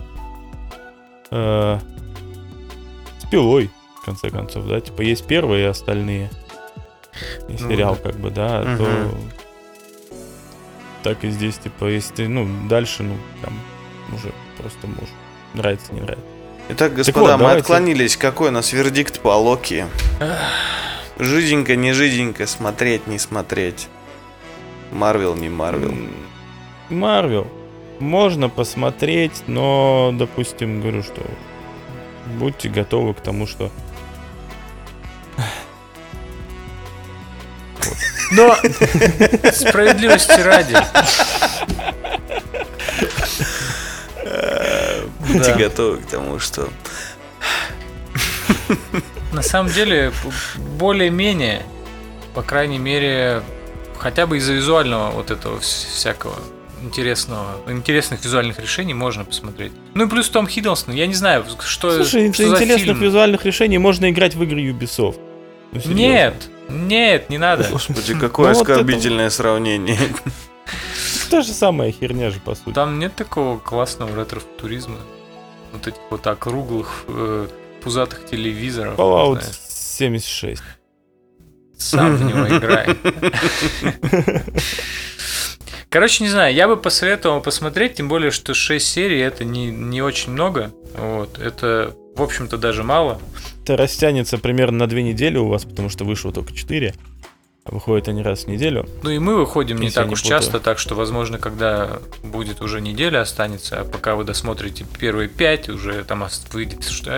э, с пилой, в конце концов, да? Типа, есть первые и остальные. И Ну, сериал, да. как бы, да, Мгм. то... Так и здесь, типа, если ты, ну, дальше, ну, там, уже просто можешь. Нравится, не нравится. Итак, господа, вот, мы давайте. отклонились. Какой у нас вердикт по Локи? Жиденько, не жиденько, смотреть, не смотреть. Марвел, не Марвел. М, Марвел. Можно посмотреть, но, допустим, говорю, что будьте готовы к тому, что... Но справедливости ради. Будьте Да. готовы к тому, что... На самом деле, более-менее, по крайней мере, хотя бы из-за визуального вот этого вс- всякого интересного, интересных визуальных решений можно посмотреть. Ну и плюс Том Хиддлстон, я не знаю, что, Слушай, что из за интересных фильм. визуальных решений можно играть в игры Ubisoft. Ну, серьезно. Нет, нет, не надо. Господи, какое Ну, вот оскорбительное сравнение. Та же самая херня же, по сути. Там нет такого классного ретро-футуризма. Вот этих вот округлых, э, пузатых телевизоров. Fallout не знаю. семьдесят шесть. Сам в него играй. Короче, не знаю, я бы посоветовал посмотреть, тем более, что шесть серий это не, не очень много. Вот, это, в общем-то, даже мало. Это растянется примерно на две недели у вас, потому что вышло только четыре. А выходят они раз в неделю. Ну и мы выходим не Если я так не уж путаю. часто, так что, возможно, когда будет уже неделя останется, а пока вы досмотрите первые пять, уже там ос- выйдет, что...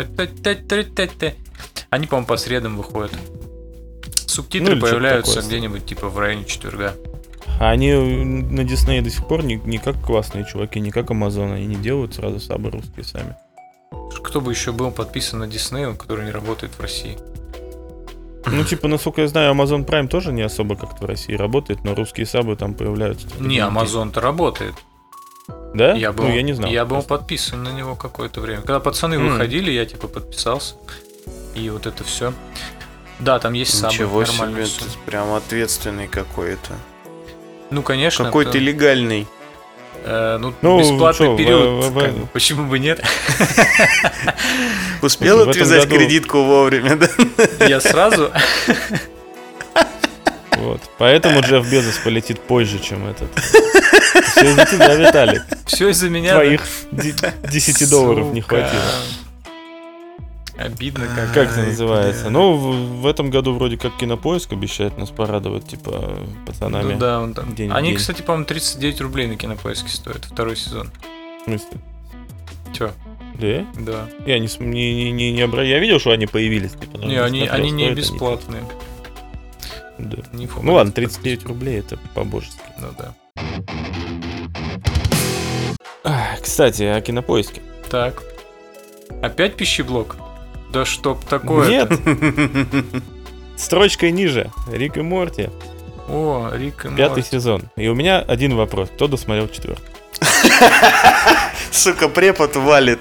Они, по-моему, по средам выходят. Субтитры Ну, или что-то появляются такое. где-нибудь типа в районе четверга. А они на Диснее до сих пор не, не как классные чуваки, не как Amazon. Они не делают сразу сабы русские сами. Кто бы еще был подписан на Disney, который не работает в России? Ну, типа, насколько я знаю, Amazon Prime тоже не особо как-то в России работает, но русские сабы там появляются. Не, Amazon-то работает. Да? Я был, ну, я не знал. я был просто. подписан на него какое-то время. Когда пацаны М. выходили, я типа подписался. И вот это все. Да, там есть сабы. Ничего нормально себе, всё. ты прям ответственный какой-то. Ну, конечно. Какой ты это, легальный. э, ну, Ну, бесплатный чё, период, в- в- как бы, почему бы нет? Успел в этом отвязать году- кредитку вовремя, да? Я сразу... Вот. Поэтому Джефф Безос полетит позже, чем этот. Все из-за тебя, Виталик. Все из-за меня. да? Твоих де- десять долларов не Сука. хватило. Обидно как. Как это Ай, называется? бля. Ну, в, в этом году вроде как Кинопоиск обещает нас порадовать, типа, пацанами. Ну да, он там. День в Они, день. кстати, по-моему, тридцать девять рублей на Кинопоиске стоят. Второй сезон. В смысле? Чё? Да? Да. Я не, см- не, не, не, не обра- Я видел, что они появились. Типа, но Не, они, смотрел, они не стоят бесплатные. Да. Не Ну ладно, тридцать девять рублей это по-божески. Ну да. А, кстати, о Кинопоиске. Так. Опять пищеблок? Да чтоб такое. Нет, строчкой ниже. Рик и Морти. О, Рик и Пятый Морти. сезон. И у меня один вопрос. Кто досмотрел четвертый? Сука, препод валит.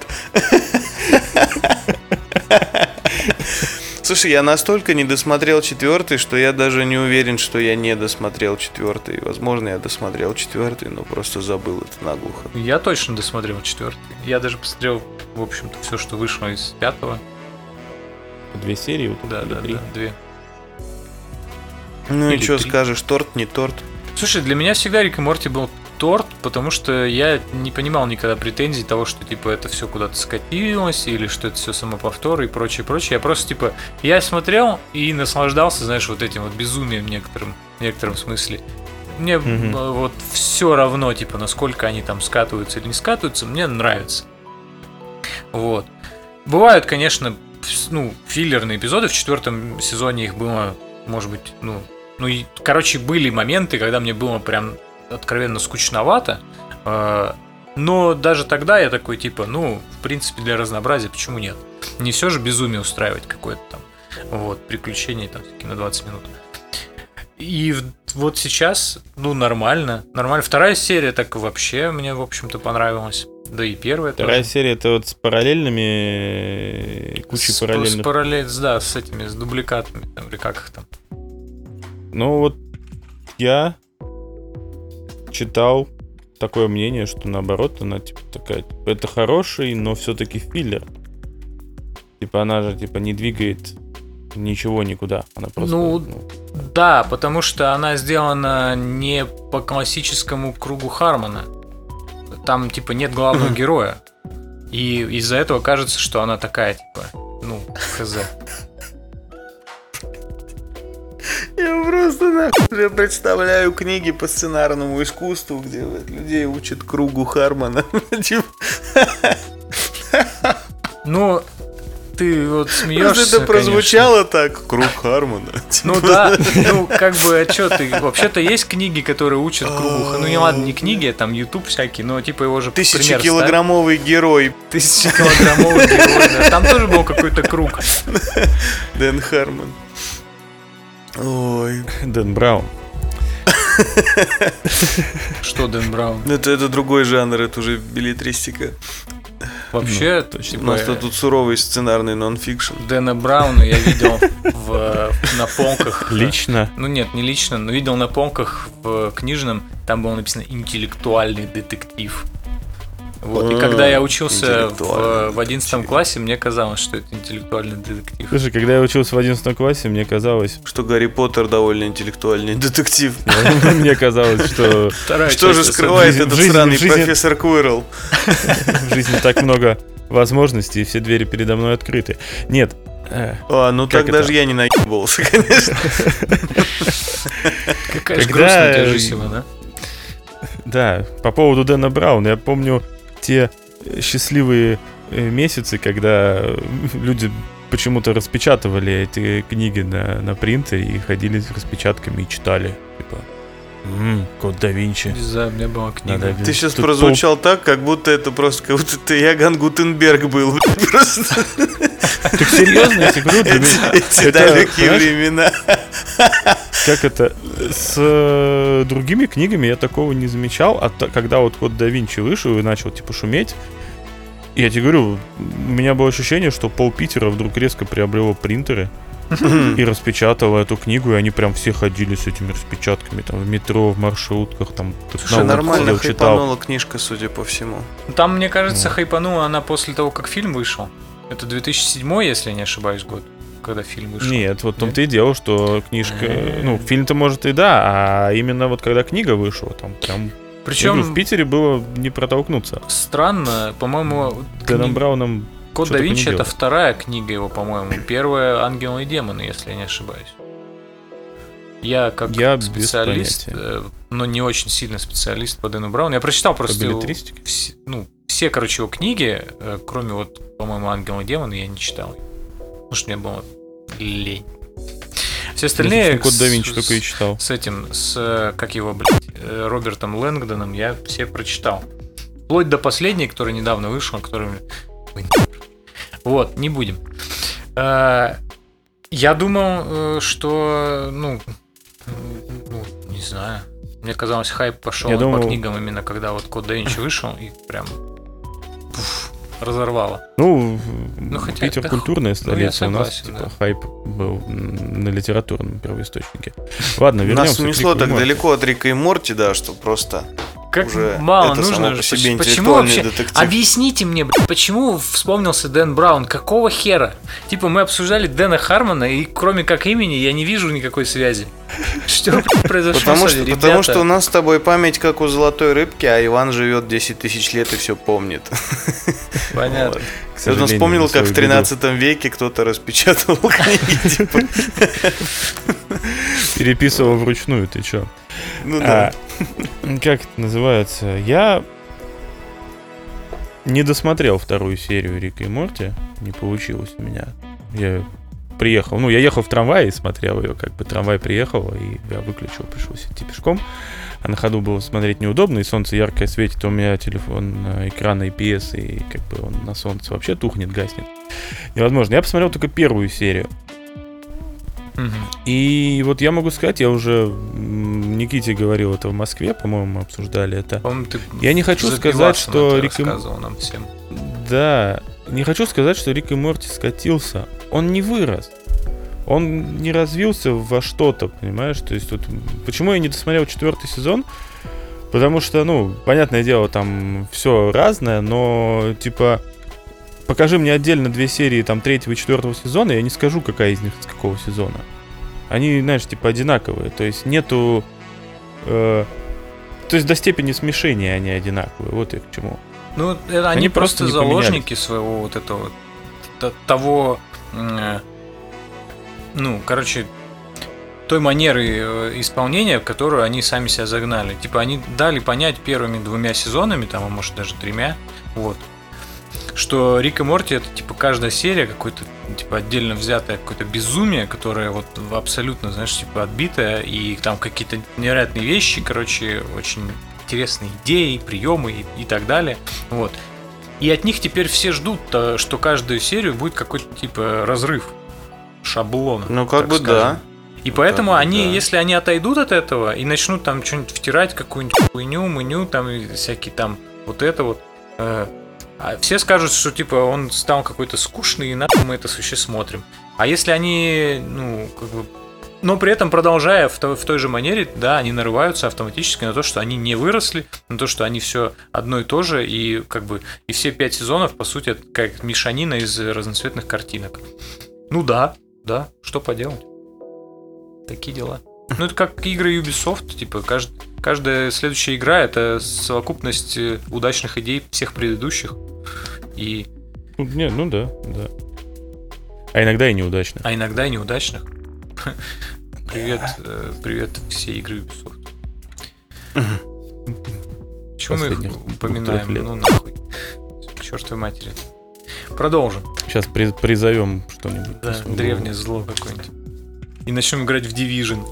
Слушай, я настолько не досмотрел четвертый, что я даже не уверен, что я не досмотрел четвертый. Возможно, я досмотрел четвертый, но просто забыл это наглухо. Я точно досмотрел четвертый. Я даже посмотрел, в общем-то, все, что вышло из пятого. Две серии? Вот, Да, или да, три? да, две. Ну и Или что три. скажешь, торт, не торт? Слушай, для меня всегда Рик и Морти был торт, потому что я не понимал никогда претензий того, что типа это все куда-то скатилось, или что это все самоповтор и прочее, прочее. Я просто типа, я смотрел и наслаждался, знаешь, вот этим вот безумием в некотором, в некотором смысле. Мне mm-hmm. вот все равно, типа, насколько они там скатываются или не скатываются, мне нравится. Вот. Бывают, конечно, ну, филлерные эпизоды. В четвертом сезоне их было, может быть, ну, ну, и, короче, были моменты, когда мне было прям откровенно скучновато. Но даже тогда я такой, типа, ну, в принципе, для разнообразия, почему нет? Не все же безумие устраивать какое-то там, вот, приключение там на двадцать минут. И вот сейчас, ну, нормально. Нормально. Вторая серия так вообще мне, в общем-то, понравилась. Да и первая Вторая тоже. серия это вот с параллельными, кучей с, параллельных. С параллель, да, с этими, с дубликатами, там, или как их там. Ну вот я читал такое мнение, что наоборот, она типа такая, типа, это хороший, но все-таки филлер. Типа она же типа не двигает ничего никуда. Она просто. Ну, ну... да, потому что она сделана не по классическому кругу Хармона. Там, типа, нет главного героя. И из-за этого кажется, что она такая, типа, ну, хз. Я просто нахуй представляю книги по сценарному искусству, где людей учат кругу Хармона. Ну, ты вот смеешься. Это прозвучало так, круг Хармона. Ну да, ну как бы, а что ты? Вообще-то есть книги, которые учат кругу. Ну не ладно, не книги, там YouTube всякие, но типа его же Тысячекилограммовый герой. Тысячекилограммовый герой, да. Там тоже был какой-то круг. Дэн Хармон. Ой. Дэн Браун. Что Дэн Браун? Это, это другой жанр, это уже беллетристика. Вообще, ну, точно. У нас тут суровый сценарный нон-фикшн. Дэна Брауна я видел в, на полках. Лично? Ну нет, не лично, но видел на полках в книжном. Там было написано «интеллектуальный детектив». Вот. И когда я учился в, в одиннадцатом классе, мне казалось, что это интеллектуальный детектив. Слушай, когда я учился в одиннадцатом классе, мне казалось... Что Гарри Поттер довольно интеллектуальный детектив. Мне казалось, что... Что же скрывает этот сраный профессор Квирл? В жизни так много возможностей, и все двери передо мной открыты. Нет. А, ну так даже я не наебывался, конечно. Какая же грустная у тебя жизнь, да? Да, по поводу Дэна Брауна, я помню те счастливые месяцы, когда люди почему-то распечатывали эти книги на, на принтере и ходили с распечатками и читали. Типа, м-м, Код да Винчи. Не знаю, у меня была книга. Надо... Ты сейчас Тут прозвучал пол... так, как будто это просто, как будто ты Яган Гутенберг был. Просто... Так серьезно, я тебе говорю, для меня... Эти далекие времена. Как это? С э, другими книгами я такого не замечал, а та, когда вот Код да Винчи вышел и начал типа шуметь, я тебе говорю, у меня было ощущение, что пол Питера вдруг резко приобрело принтеры и распечатало эту книгу, и они прям все ходили с этими распечатками там в метро, в маршрутках, там. Слушай, нормально хайпанула книжка, судя по всему. Там, мне кажется, хайпанула она после того, как фильм вышел. Это две тысячи седьмой, если я не ошибаюсь, год, когда фильм вышел. Нет, вот в том-то и дело, что книжка... Ну, фильм-то, может, и да, а именно вот когда книга вышла, там прям... Причем в Питере было не протолкнуться. Странно, по-моему... Дэном Брауном Код да Винчи — это вторая книга его, по-моему. Первая — «Ангелы и демоны», если я не ошибаюсь. Я как я специалист, но не очень сильно специалист по Дэну Брауну. Я прочитал просто его, все, ну, все, короче, его книги, кроме вот, по-моему, «Ангелы и демоны», я не читал. Потому что мне было лень. Все остальные... Код да Винчи только и читал. С этим, с, как его, блядь, Робертом Лэнгдоном я все прочитал. Вплоть до последней, который недавно вышел, который... Вот, не будем. Я думал, что, ну, ну, не знаю. Мне казалось, хайп пошел по думал... книгам именно когда вот Код да Винчи вышел и прям пуф, разорвало. Ну, ну хотя Питер культурная столица, ну, согласен, у нас да. Типа, хайп был на литературном первоисточнике. Ладно, вернемся. Нас унесло так далеко от Рика и Морти, да, что просто как уже мало это нужно. само по себе Почему вообще? детектив. Объясните мне, блядь, почему вспомнился Дэн Браун? Какого хера? Типа мы обсуждали Дэна Хармона, и кроме как имени я не вижу никакой связи. Что произошло? Потому с что, вами, потому ребята? что у нас с тобой память как у золотой рыбки, а Иван живет десять тысяч лет и все помнит. Понятно. Вот. Я вспомнил, как в тринадцатом веке кто-то распечатывал книги. Типа. Переписывал вручную, ты чё? Ну да. А, как это называется? Я не досмотрел вторую серию Рика и Морти. Не получилось у меня. Я приехал. Ну, я ехал в трамвае и смотрел ее. Как бы трамвай приехал, и я выключил, пришлось идти пешком. А на ходу было смотреть неудобно, и солнце яркое светит, у меня телефон, экран ай пи эс, и как бы он на солнце вообще тухнет, гаснет. Невозможно. Я посмотрел только первую серию. Мгм. И вот я могу сказать, я уже м, Никите говорил это в Москве, по-моему, мы обсуждали это. По-моему, ты Я не хочу за сказать, пивасом что это Рик и М- рассказывал нам всем. Да, не хочу сказать, что Рик и Морти скатился. Он не вырос. Он не развился во что-то, понимаешь? То есть вот почему я не досмотрел четвертый сезон? Потому что, ну, понятное дело, там все разное, но типа покажи мне отдельно две серии там третьего и четвертого сезона, я не скажу, какая из них с какого сезона. Они, знаешь, типа одинаковые. То есть нету. Э, то есть до степени смешения они одинаковые. Вот я к чему. Ну, это они, Они просто, просто не заложники своего вот этого т- того, э, ну, короче, той манеры э, исполнения, в которую они сами себя загнали. Типа они дали понять первыми двумя сезонами, там, а может даже тремя, вот, что Рик и Морти это типа каждая серия какой-то типа отдельно взятое какое-то безумие, которое вот абсолютно, знаешь, типа отбитое, и там какие-то невероятные вещи, короче, очень интересные идеи, приемы и, и так далее. Вот. И от них теперь все ждут, то, что каждую серию будет какой-то типа разрыв шаблона. Ну, как так бы скажем. да. И поэтому бы они, да. если они отойдут от этого и начнут там что-нибудь втирать, какую-нибудь хуйню, мыню, там и всякие там вот это вот, э, а все скажут, что типа он стал какой-то скучный, и нахуй мы это вообще смотрим. А если они, ну, как бы, но при этом продолжая в той, в той же манере, да, они нарываются автоматически на то, что они не выросли, на то, что они все одно и то же, и как бы и все пять сезонов, по сути, это как мешанина из разноцветных картинок. Ну да, да, что поделать. Такие дела. Ну, это как игры Ubisoft, типа, кажд... каждая следующая игра — это совокупность удачных идей всех предыдущих. И... Ну, не, ну да, да. А иногда и неудачно. А иногда и неудачных. Привет, э, привет все игры Ubisoft. Чего мы Последних их упоминаем? двух-трех лет. Ну нахуй. К чертовой матери. Продолжим. Сейчас при- призовем что-нибудь. Да, на свою древнее зло какое-нибудь. И начнем играть в Division.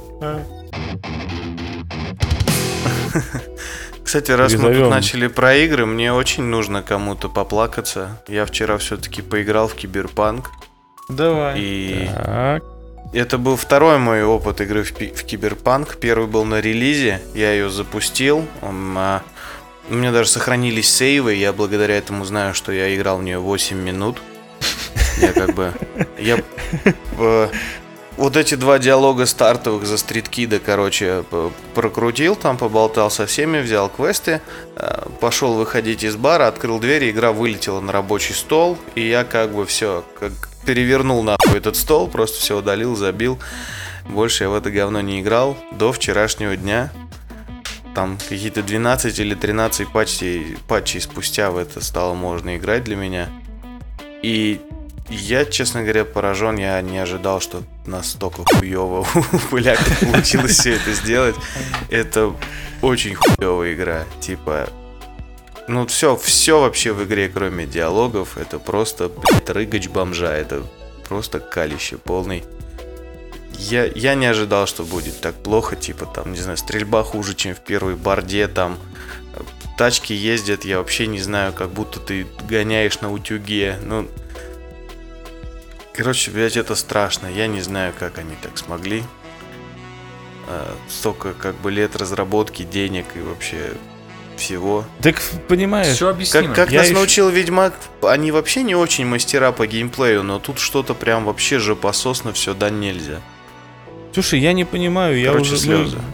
Кстати, раз мы тут Призовем. начали про игры, мне очень нужно кому-то поплакаться. Я вчера все-таки поиграл в Киберпанк. Давай. И голову. Так. это был второй мой опыт игры в, пи- в Киберпанк. Первый был на релизе, я ее запустил. М, а, У меня даже сохранились сейвы, я благодаря этому знаю, что я играл в нее восемь минут. Я как бы... Я... э, Вот эти два диалога стартовых за Стриткида, короче, п- прокрутил, там поболтал со всеми, взял квесты, э, пошел выходить из бара, открыл дверь, и игра вылетела на рабочий стол, и я как бы все, как перевернул нахуй этот стол, просто все удалил, забил. Больше я в это говно не играл до вчерашнего дня. Там какие-то двенадцать или тринадцать патчей, патчей спустя в это стало можно играть для меня. И я, честно говоря, поражен. Я не ожидал, что настолько хуёво у Пыляка получилось все это сделать. Это очень хуёвая игра. Типа, ну все, все вообще в игре, кроме диалогов, это просто, блядь, рыгач бомжа. Это просто калище полный. Я, я не ожидал, что будет так плохо. Типа, там, не знаю, стрельба хуже, чем в первой борде. Там тачки ездят, я вообще не знаю, как будто ты гоняешь на утюге. Ну, короче, блядь, это страшно. Я не знаю, как они так смогли. А, столько, как бы, лет разработки, денег и вообще всего. Так, понимаешь, Все объяснимо. Как, как Я нас ещё- научил Ведьмак, они вообще не очень мастера по геймплею, но тут что-то прям вообще жопососно все да нельзя. слушай, я не понимаю, я Короче, уже... мы- слезы.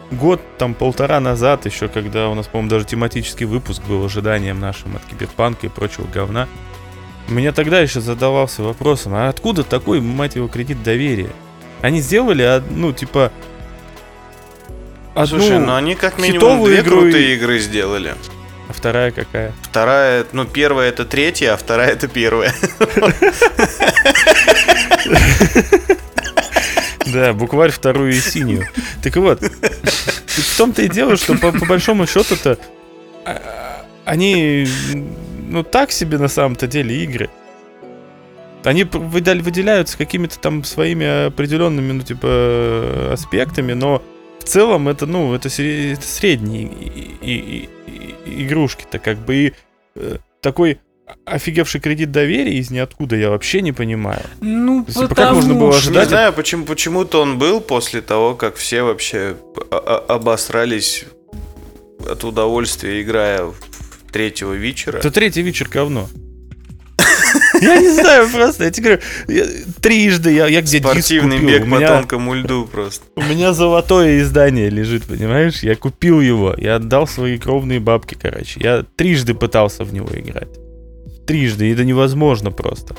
год, там, полтора назад еще, когда у нас, по-моему, даже тематический выпуск был ожиданием нашим от Киберпанка и прочего говна, меня тогда еще задавался вопросом, а откуда такой, мать его, кредит доверия? Они сделали, ну, типа... Одну Слушай, ну они как минимум две игру крутые и... игры сделали. А вторая какая? Вторая, ну, первая это третья, а вторая это первая. Да, букварь вторую и синюю. Так вот, в том-то и дело, что по, по большому счету-то они, ну, так себе на самом-то деле игры. Они выделяются какими-то там своими определенными, ну, типа, аспектами, но в целом это, ну, это, это средние и, и, и, игрушки-то как бы. И э, такой офигевший кредит доверия из ниоткуда я вообще не понимаю. Ну, есть, потому как можно было ожидать? Не знаю, почему, почему-то он был после того, как все вообще обосрались от удовольствия, играя в третьего Вичера. Это третий Вичер говно. Я не знаю просто, я тебе говорю, я, трижды я, я где диск купил. Спортивный бег по тонкому льду просто. У меня золотое издание лежит, понимаешь? Я купил его, я отдал свои кровные бабки, короче. Я трижды пытался в него играть. Трижды, и это невозможно просто.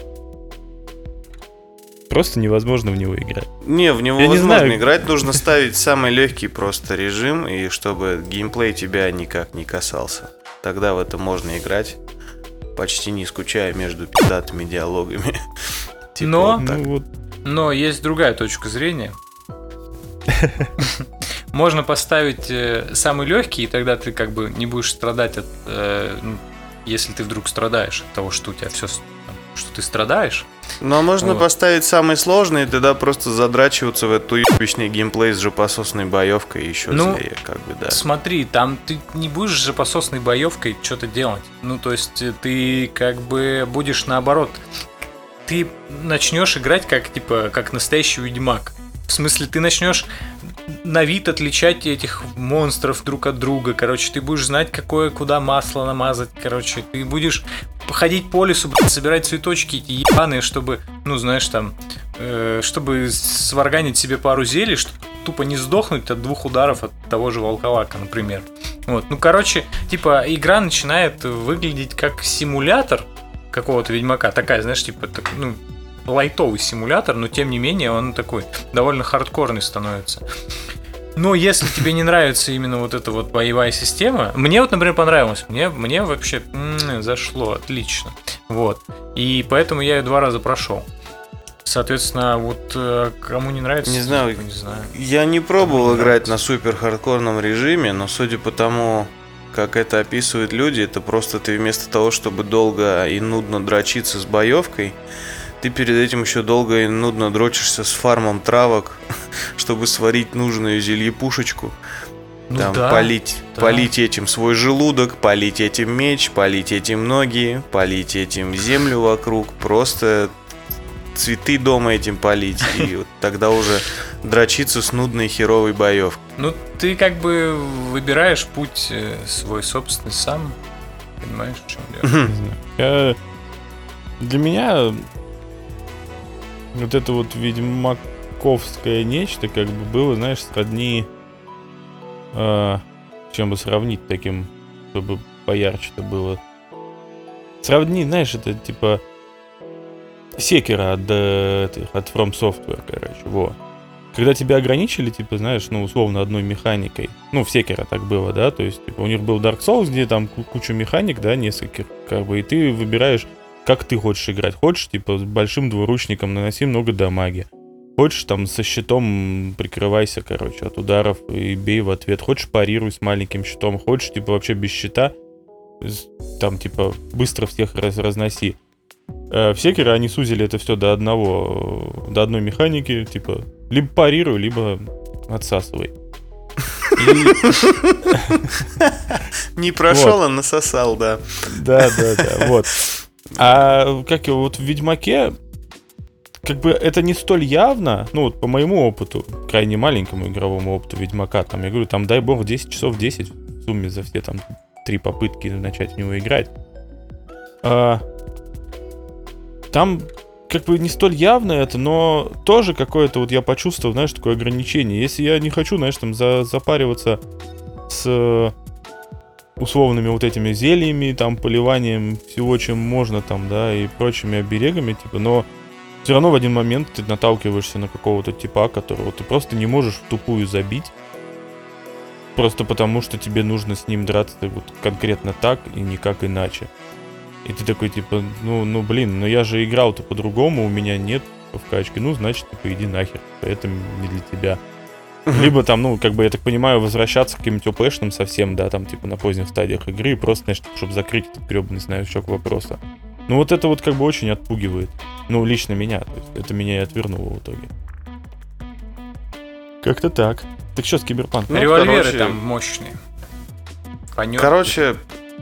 Просто невозможно в него играть. Не, в него я возможно не играть, нужно ставить самый легкий просто режим, и чтобы геймплей тебя никак не касался. Тогда в это можно играть, почти не скучая между пиздатыми диалогами. Типа но, вот ну, вот. но есть другая точка зрения. Можно поставить э, самый легкий, и тогда ты как бы не будешь страдать от... Э, ну, если ты вдруг страдаешь от того, что у тебя все... Что ты страдаешь. Ну, а можно вот. поставить самый сложный, и тогда просто задрачиваться в эту ебучный геймплей с жопососной боевкой еще ну, злее, как бы, да. Смотри, там ты не будешь с жопососной боевкой что-то делать. Ну, то есть ты как бы будешь наоборот. Ты начнешь играть как, типа, как настоящий ведьмак. В смысле, ты начнешь на вид отличать этих монстров друг от друга. Короче, ты будешь знать, какое куда масло намазать. Короче, ты будешь походить по лесу, блядь, собирать цветочки эти ебаные, чтобы, ну, знаешь, там, э, чтобы сварганить себе пару зелий, чтобы тупо не сдохнуть от двух ударов от того же волколака, например. Вот, ну, короче, типа, игра начинает выглядеть как симулятор какого-то ведьмака. Такая, знаешь, типа, так, ну, лайтовый симулятор, но тем не менее он такой довольно хардкорный становится. Но если тебе не нравится именно вот эта вот боевая система, мне вот, например, понравилось, мне, мне вообще м-м, зашло отлично, вот, и поэтому я ее два раза прошел. Соответственно, вот кому не нравится, не знаю, не знаю. Я не пробовал не играть на супер хардкорном режиме, но судя по тому, как это описывают люди, это просто ты вместо того, чтобы долго и нудно дрочиться с боевкой, ты перед этим еще долго и нудно дрочишься с фармом травок, чтобы сварить нужную зельепушечку. Ну там да, полить, да. полить этим свой желудок, полить этим меч, полить этим ноги, полить этим землю вокруг. Просто цветы дома этим полить. И вот тогда уже дрочиться с нудной херовой боевкой. Ну, ты как бы выбираешь путь свой собственный сам. Понимаешь, в чем дело? Я... Для меня... Вот это вот ведьмаковское нечто как бы было, знаешь, сродни... Э, чем бы сравнить таким, чтобы поярче-то было. Сравни, знаешь, это типа... Секера от, от From Software, короче, во. Когда тебя ограничили, типа, знаешь, ну, условно, одной механикой. Ну, в Секера так было, да, то есть, типа, у них был Dark Souls, где там куча механик, да, нескольких, как бы, и ты выбираешь, как ты хочешь играть. Хочешь, типа, с большим двуручником наноси много дамаги. Хочешь, там, со щитом прикрывайся, короче, от ударов и бей в ответ. Хочешь, парируй с маленьким щитом. Хочешь, типа, вообще без щита, там, типа, быстро всех раз разноси. В Секере они сузили это все до одного, до одной механики, типа, либо парируй, либо отсасывай. Не прошел, а насосал, да. Да, да, да, вот. А как его, вот в Ведьмаке, как бы это не столь явно, ну вот по моему опыту, крайне маленькому игровому опыту Ведьмака, там, я говорю, там, дай бог, десять часов десять в сумме за все там три попытки начать в него играть. А, там как бы не столь явно это, но тоже какое-то, вот я почувствовал, знаешь, такое ограничение. Если я не хочу, знаешь, там за, запариваться с условными вот этими зельями, там, поливанием всего, чем можно, там, да, и прочими оберегами, типа, но все равно в один момент ты наталкиваешься на какого-то типа, которого ты просто не можешь в тупую забить, просто потому что тебе нужно с ним драться вот конкретно так и никак иначе. И ты такой, типа, ну, ну блин, ну я же играл-то по-другому, у меня нет вкачки, ну, значит, типа, иди нахер, это не для тебя. Либо там, ну, как бы, я так понимаю, возвращаться к каким-нибудь ОПшным совсем, да, там, типа, на поздних стадиях игры, просто, значит, чтобы закрыть этот гребаный знаючок вопроса. Ну, вот это вот, как бы, очень отпугивает. Ну, лично меня, то есть, это меня и отвернуло в итоге. Как-то так. Так что с Киберпанком? Ну, револьверы короче... там мощные. Понёт. Короче,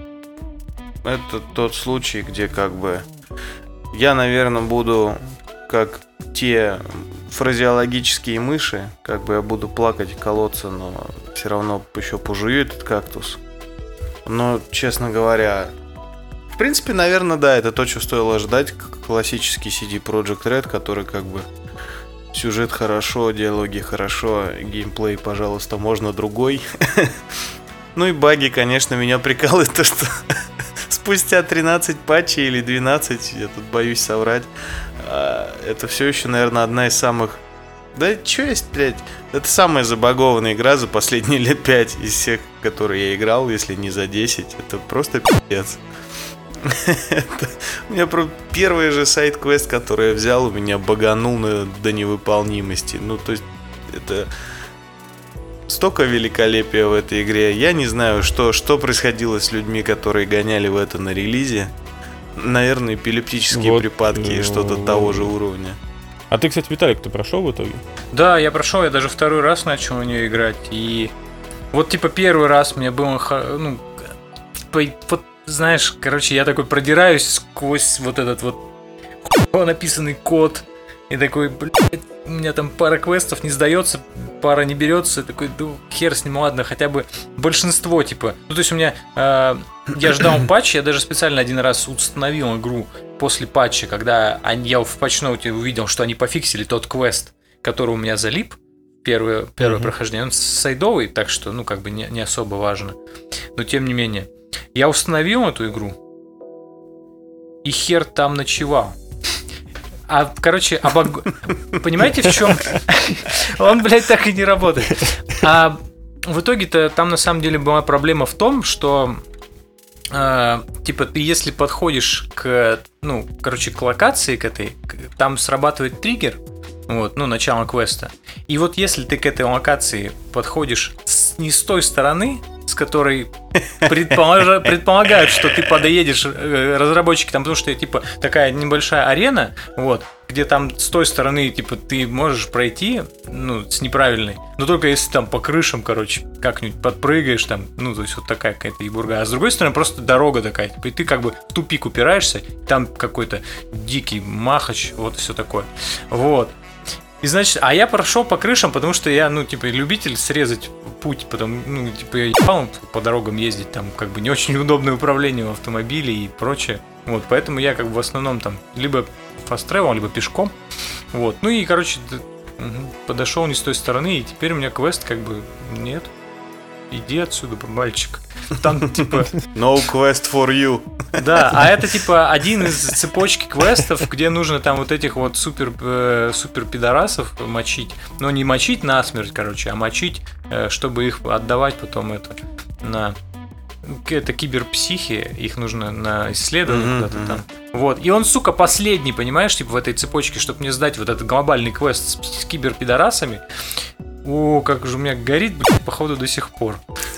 это тот случай, где, как бы, я, наверное, буду, как те... фразеологические мыши, как бы я буду плакать и колоться, но все равно еще пожую этот кактус. Но, честно говоря, в принципе, наверное, да, это то, что стоило ждать. Классический си ди Projekt Red, который как бы сюжет хорошо, диалоги хорошо, геймплей, пожалуйста, можно другой. Ну и баги, конечно, меня прикалывает то, что спустя тринадцать патчей или двенадцать, я тут боюсь соврать, это все еще, наверное, одна из самых... Да чё есть, блядь? Это самая забагованная игра за последние лет пять из всех, которые я играл, если не за десять. Это просто пиздец. У меня первый же сайд-квест, который я взял, у меня баганул до невыполнимости. Ну, то есть, это... Столько великолепия в этой игре. Я не знаю, что, что происходило с людьми, которые гоняли в это на релизе. Наверное, эпилептические вот, припадки и что-то того же уровня. А ты, кстати, Виталик, ты прошел в итоге? Да, я прошел, я даже второй раз начал в нее играть. И вот, типа, первый раз мне было, ну, типа, вот, знаешь, короче, я такой продираюсь сквозь вот этот вот хуй написанный код. И такой, блядь, у меня там пара квестов не сдается, пара не берется. И такой, ну, хер с ним, ладно, хотя бы большинство, типа. Ну, то есть у меня, э, я ждал патч, я даже специально один раз установил игру после патча, когда они, я в патчноуте увидел, что они пофиксили тот квест, который у меня залип, первое, первое mm-hmm. прохождение. Он сайдовый, так что, ну, как бы не, не особо важно. Но тем не менее. Я установил эту игру, и хер там ночевал. А, короче, обог... понимаете, в чем? Он, блядь, так и не работает. А в итоге-то там на самом деле была проблема в том, что э, типа ты если подходишь к, ну, короче, к локации к этой, там срабатывает триггер, вот, ну, начало квеста. И вот если ты к этой локации подходишь с, не с той стороны, с которой предположа, предполагают, что ты подъедешь, разработчики там, потому что типа такая небольшая арена, вот, где там с той стороны типа ты можешь пройти, ну, с неправильной, но только если там по крышам, короче, как-нибудь подпрыгаешь там, ну, то есть вот такая какая-то ебурга, а с другой стороны просто дорога такая, типа, и ты как бы в тупик упираешься, там какой-то дикий махач, вот все такое, вот. И значит, а я прошел по крышам, потому что я, ну, типа, любитель срезать путь, потому, ну, типа, я ебал по дорогам ездить, там, как бы, не очень удобное управление в автомобиле и прочее, вот, поэтому я, как бы, в основном, там, либо фаст-тревел, либо пешком, вот, ну, и, короче, подошел не с той стороны, и теперь у меня квест, как бы, нет, иди отсюда, мальчик, там, типа... No quest for you. Да, а это, типа, один из цепочки квестов, где нужно там вот этих вот супер, э, супер пидорасов мочить. Но не мочить насмерть, короче, а мочить, э, чтобы их отдавать потом это на... Это киберпсихи, их нужно на исследование mm-hmm, куда-то там. Вот. И он, сука, последний, понимаешь, типа в этой цепочке, чтобы мне сдать вот этот глобальный квест с, с киберпидорасами. О, как же у меня горит, блядь, походу до сих пор.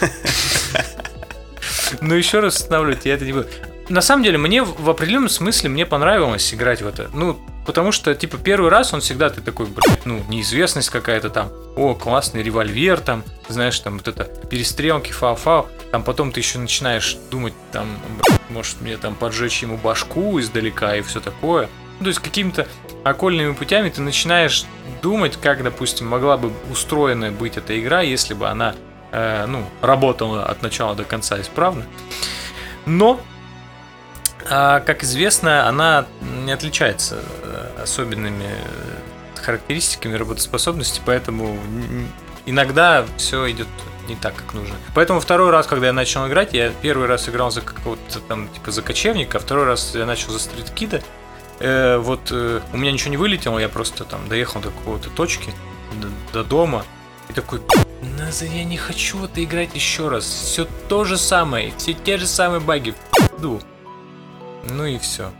Ну, еще раз останавливать, я это не буду. На самом деле, мне в определенном смысле мне понравилось играть в это. Ну, потому что, типа, первый раз он всегда ты такой, блядь, ну, неизвестность какая-то там. О, классный револьвер там, знаешь, там вот это перестрелки, фау-фау. Там потом ты еще начинаешь думать, там, блядь, может мне там поджечь ему башку издалека и все такое. Ну, то есть какими-то окольными путями ты начинаешь думать, как, допустим, могла бы устроена быть эта игра, если бы она, э, ну, работала от начала до конца исправно. Но, э, как известно, она не отличается особенными характеристиками работоспособности, поэтому иногда все идет не так, как нужно. Поэтому второй раз, когда я начал играть, я первый раз играл за какого-то там, типа за кочевника, а второй раз я начал за стрит-кида. Э, вот э, у меня ничего не вылетело, я просто там доехал до какой-то точки, до, до дома, и такой, я не хочу в это играть еще раз. Все то же самое, все те же самые баги. Ду. Ну и все.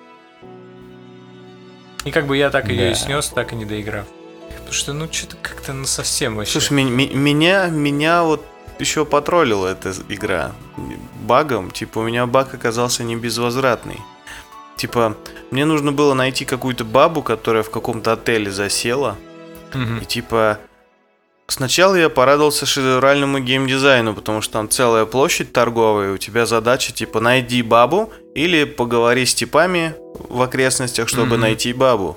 И как бы я так ее да. и снес, так и не доиграв. Потому что, ну, что-то как-то, ну, совсем вообще. Слушай, ми- ми- меня, меня вот еще потроллила эта игра багом. Типа, у меня баг оказался не безвозвратный. Типа, мне нужно было найти какую-то бабу, которая в каком-то отеле засела. Mm-hmm. И типа, сначала я порадовался шедевральному геймдизайну, потому что там целая площадь торговая, и у тебя задача, типа, найди бабу или поговори с типами в окрестностях, чтобы mm-hmm. найти бабу.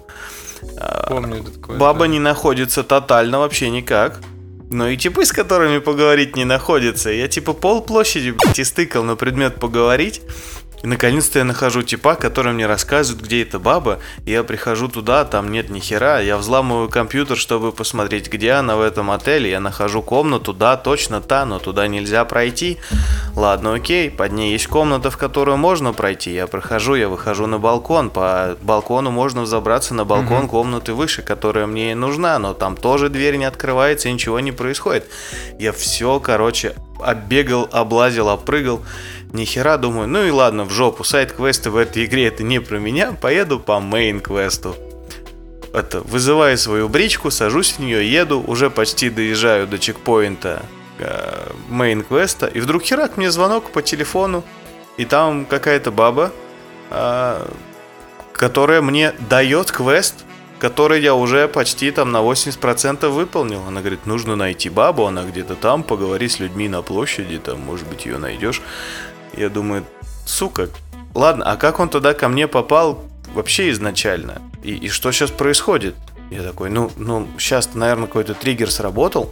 Помню такое. Баба да. не находится тотально вообще никак. Но и типы, с которыми поговорить, не находятся. Я типа пол площади, блядь, истыкал на предмет поговорить. И наконец-то я нахожу типа, который мне рассказывает, где эта баба. И я прихожу туда, там нет ни хера. Я взламываю компьютер, чтобы посмотреть, где она в этом отеле. Я нахожу комнату, да, точно та, но туда нельзя пройти. Ладно, окей, под ней есть комната, в которую можно пройти. Я прохожу, я выхожу на балкон. По балкону можно взобраться на балкон mm-hmm. комнаты выше, которая мне и нужна. Но там тоже дверь не открывается и ничего не происходит. Я все, короче, оббегал, облазил, опрыгал. Нихера, думаю, ну и ладно, в жопу, сайд-квесты в этой игре это не про меня, поеду по мейн-квесту. Это, вызываю свою бричку, сажусь в нее, еду, уже почти доезжаю до чекпоинта э, мейн-квеста, и вдруг херак, мне звонок по телефону, и там какая-то баба, э, которая мне дает квест, который я уже почти там на восемьдесят процентов выполнил. Она говорит, нужно найти бабу, она где-то там, поговори с людьми на площади, там, может быть, ее найдешь. Я думаю, сука, ладно, а как он туда ко мне попал вообще изначально? И, и что сейчас происходит? Я такой, ну, ну, сейчас, наверное, какой-то триггер сработал.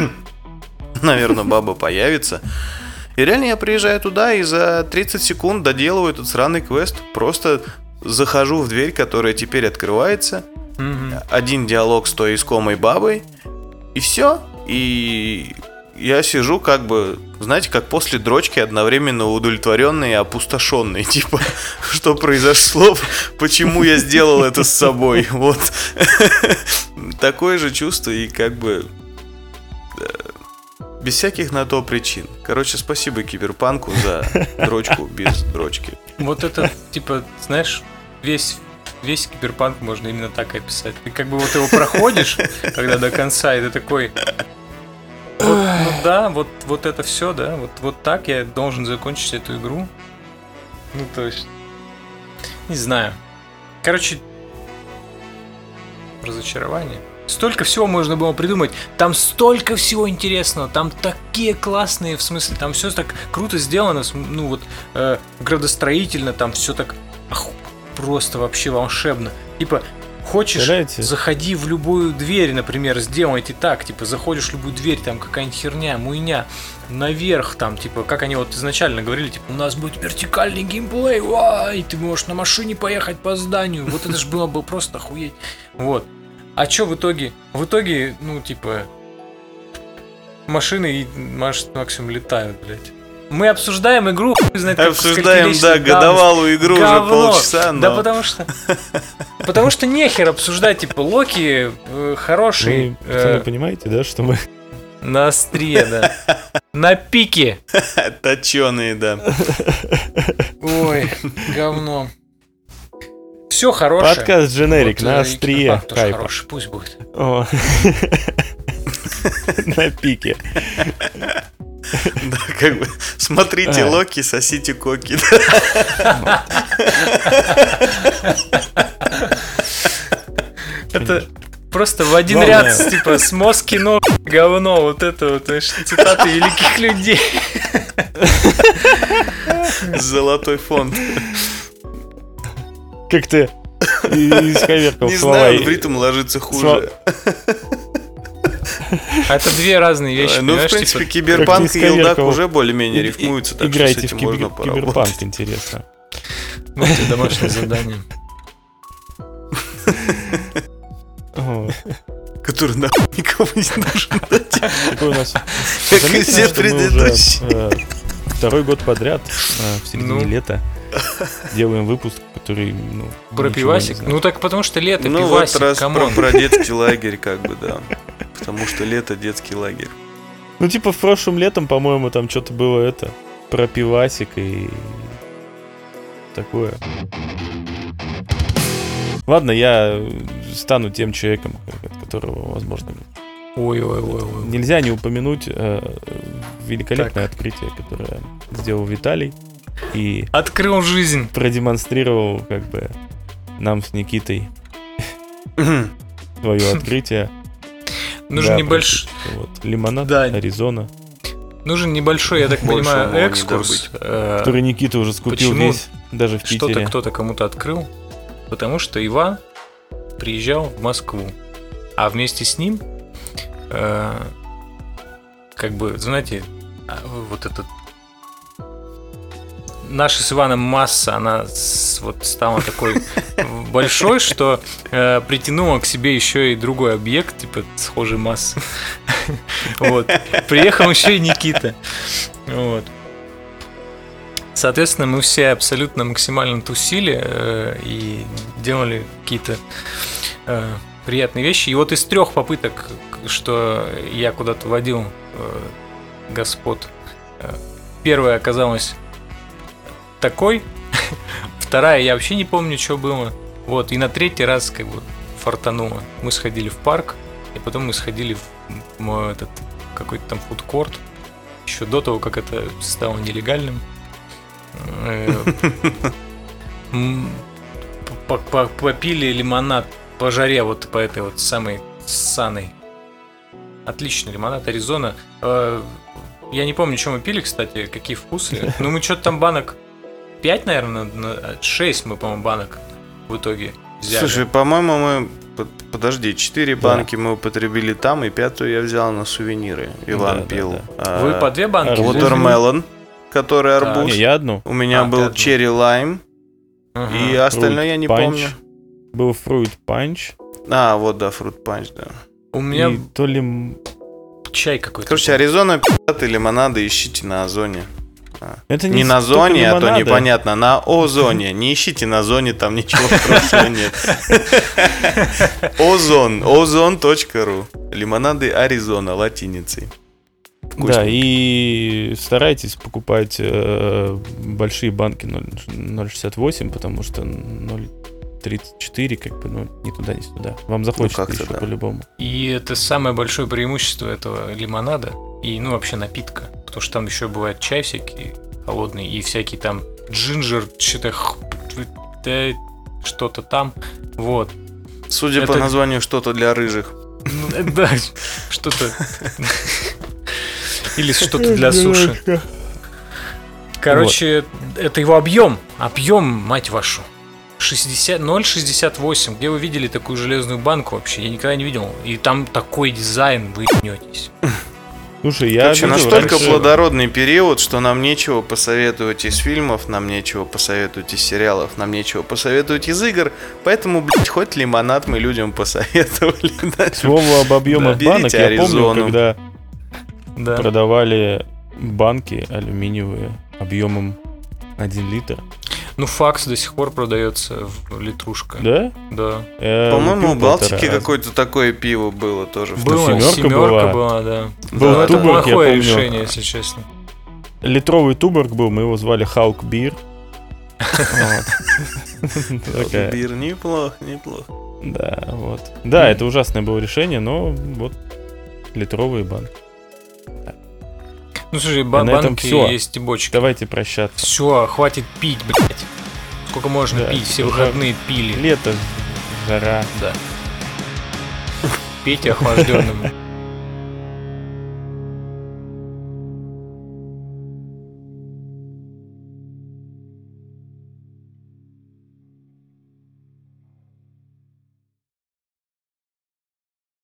Наверное, баба появится. И реально я приезжаю туда и за тридцать секунд доделываю этот сраный квест. Просто захожу в дверь, которая теперь открывается. Mm-hmm. Один диалог с той искомой бабой. И все. И я сижу как бы, знаете, как после дрочки, одновременно удовлетворенный и опустошенный. Типа, что произошло, почему я сделал это с собой. Вот. Такое же чувство и как бы без всяких на то причин. Короче, спасибо Киберпанку за дрочку без дрочки. Вот это, типа, знаешь, весь... Весь киберпанк можно именно так описать. Ты как бы вот его проходишь, когда до конца, и ты такой... Вот, ну да, вот, вот это все, да, вот, вот так я должен закончить эту игру. Ну, то есть... Не знаю. Короче... Разочарование. Столько всего можно было придумать. Там столько всего интересного. Там такие классные, в смысле, там все так круто сделано. Ну вот, э, градостроительно, там все так... Ах, просто вообще волшебно. Типа, хочешь, Знаете? заходи в любую дверь, например, сделайте так, типа, заходишь в любую дверь, там какая-нибудь херня, муйня, наверх, там, типа, как они вот изначально говорили, типа, у нас будет вертикальный геймплей, и ты можешь на машине поехать по зданию, вот это же было бы просто охуеть. Вот. А чё в итоге? В итоге, ну, типа, машины, может, максимум летают, блядь. Мы обсуждаем игру, хуй знает, как обсуждаем, да, годовалую игру говно. Уже полчаса, но... Да потому что... Потому что нехер обсуждать, типа, Локи э, хороший... Вы э, понимаете, да, что мы... На острие, да. На пике. Точеные, да. Ой, говно. Все хорошее. Подкаст Generic, вот, на острие хайпа. Хороший, пусть будет. На пике. Да, как бы, смотрите а. Локи, сосите коки. Это просто в один Главное. ряд, типа, с Москино, говно, вот это вот, знаешь, цитаты великих людей. Золотой фонд. Как ты исковеркал Не слова. знаю, в ритм ложится хуже. Это две разные вещи. Ну, в принципе, типа... Киберпанк и Елдак уже более-менее рифмуются, так играйте что с этим в кибер... можно поработать. Киберпанк, интересно. Вот это домашнее задание. Вот. Который нахуй никому не нужен. Такой у нас... Как и Заметно, все что мы уже, предыдущие. э, второй год подряд э, в середине Ну. лета делаем выпуск, который, ну, Про ничего не пивасик? знает. Ну так потому что лето, Ну вот пивасик, раз про, камон. про детский лагерь, как бы, да. Потому что лето детский лагерь. Ну, типа, в прошлом летом, по-моему, там что-то было это, про пивасик и такое. Ладно, я стану тем человеком, от которого, возможно, Ой-ой-ой. нельзя не упомянуть э, великолепное открытие, которое сделал Виталий и Открыл жизнь. продемонстрировал, как бы, нам с Никитой свое открытие. Нужен Да, небольшой... просто, вот, лимонад, Да. Аризона, Нужен небольшой, я так Больше понимаю, могло не экскурс. э, который Никита уже скупил почему весь, даже в Что-то Питере. кто-то кому-то открыл, потому что Иван приезжал в Москву, а вместе с ним, э, как бы, знаете, а, вот этот наша с Иваном масса, она с- вот стала такой большой, что э, притянула к себе еще и другой объект, типа схожей массы. Вот. Приехал еще и Никита. Вот. Соответственно, мы все абсолютно максимально тусили э, и делали какие-то э, приятные вещи. И вот из трех попыток, что я куда-то водил э, господ, э, первая оказалась такой, вторая я вообще не помню, что было. Вот, и на третий раз как бы фартануло. Мы сходили в парк, и потом мы сходили в, в этот какой-то там фудкорт, еще до того, как это стало нелегальным. Э, м, по- по- Попили лимонад по жаре, вот по этой вот самой ссаной. Отличный лимонад Аризона. Э, Я не помню, что мы пили, кстати, какие вкусы. Ну, мы что-то там банок пять, наверное, шесть мы, по-моему, банок в итоге взяли. Слушай, по-моему, мы... под- Подожди, четыре банки мы употребили там, и пятую я взял на сувениры. Иван Да, да, пил. да. а, Вы по две банки Арбуз. взяли? Watermelon, который Так. арбуз. Не, я одну. У меня А, ты был одну. черри лайм, Ага. и остальное Fruit я не punch. помню. Был фрут панч. А, вот, да, фрут панч, да. У меня И то ли... м- чай какой-то. Короче, был. Аризона, пи***ы, лимонады ищите на Озоне. Это Не на столько зоне, а то лимонада. непонятно, на Озоне. Не ищите на зоне, там ничего хорошего нет. Озон, озон точка ру. Лимонады Аризона, латиницей. Да, и старайтесь покупать э, большие банки ноль шестьдесят восемь, потому что ноль тридцать четыре, как бы, ну, ни туда, ни сюда. Вам захочется как-то еще да. по-любому. И это самое большое преимущество этого лимонада и, ну, вообще напитка. Потому что там еще бывает чай всякий холодный и всякий там джинджер, что-то х- да, что-то там. Вот. Судя Это- по названию, что-то для рыжих. Ну, э, да, что-то. Или что-то для суши. Короче, это его объем. Объем, мать вашу. шестьдесят, ноль шестьдесят восемь. Где вы видели такую железную банку вообще? Я никогда не видел. И там такой дизайн, вы ебнетесь. Слушай, я Короче, видел настолько раньше- плодородный период, что нам нечего посоветовать из фильмов, нам нечего посоветовать из сериалов, нам нечего посоветовать из игр, поэтому, блядь, хоть лимонад мы людям посоветовали. К слову об объемах Да. банок, Берите я Аризону. помню, когда Да. продавали банки алюминиевые объемом один литр. Ну, факс до сих пор продается в литрушка. Да? Да. Я По-моему, выпил у Балтики полтора раза. какое-то такое пиво было тоже. в Было, семерка семерка была. была, да. Был Но это Туборг, я плохое помню. решение, если честно. Литровый туборг был, мы его звали Халк Бир. Такая. Бир, неплохо, неплохо. Да, вот. Да, это ужасное было решение, но вот литровые банки. Ну, слушай, ба- на этом банки всё. есть и бочки. Давайте прощаться. Все, хватит пить, блядь. Сколько можно Да, пить? Все уже выходные пили. Лето, жара. Да. Пейте охлажденным.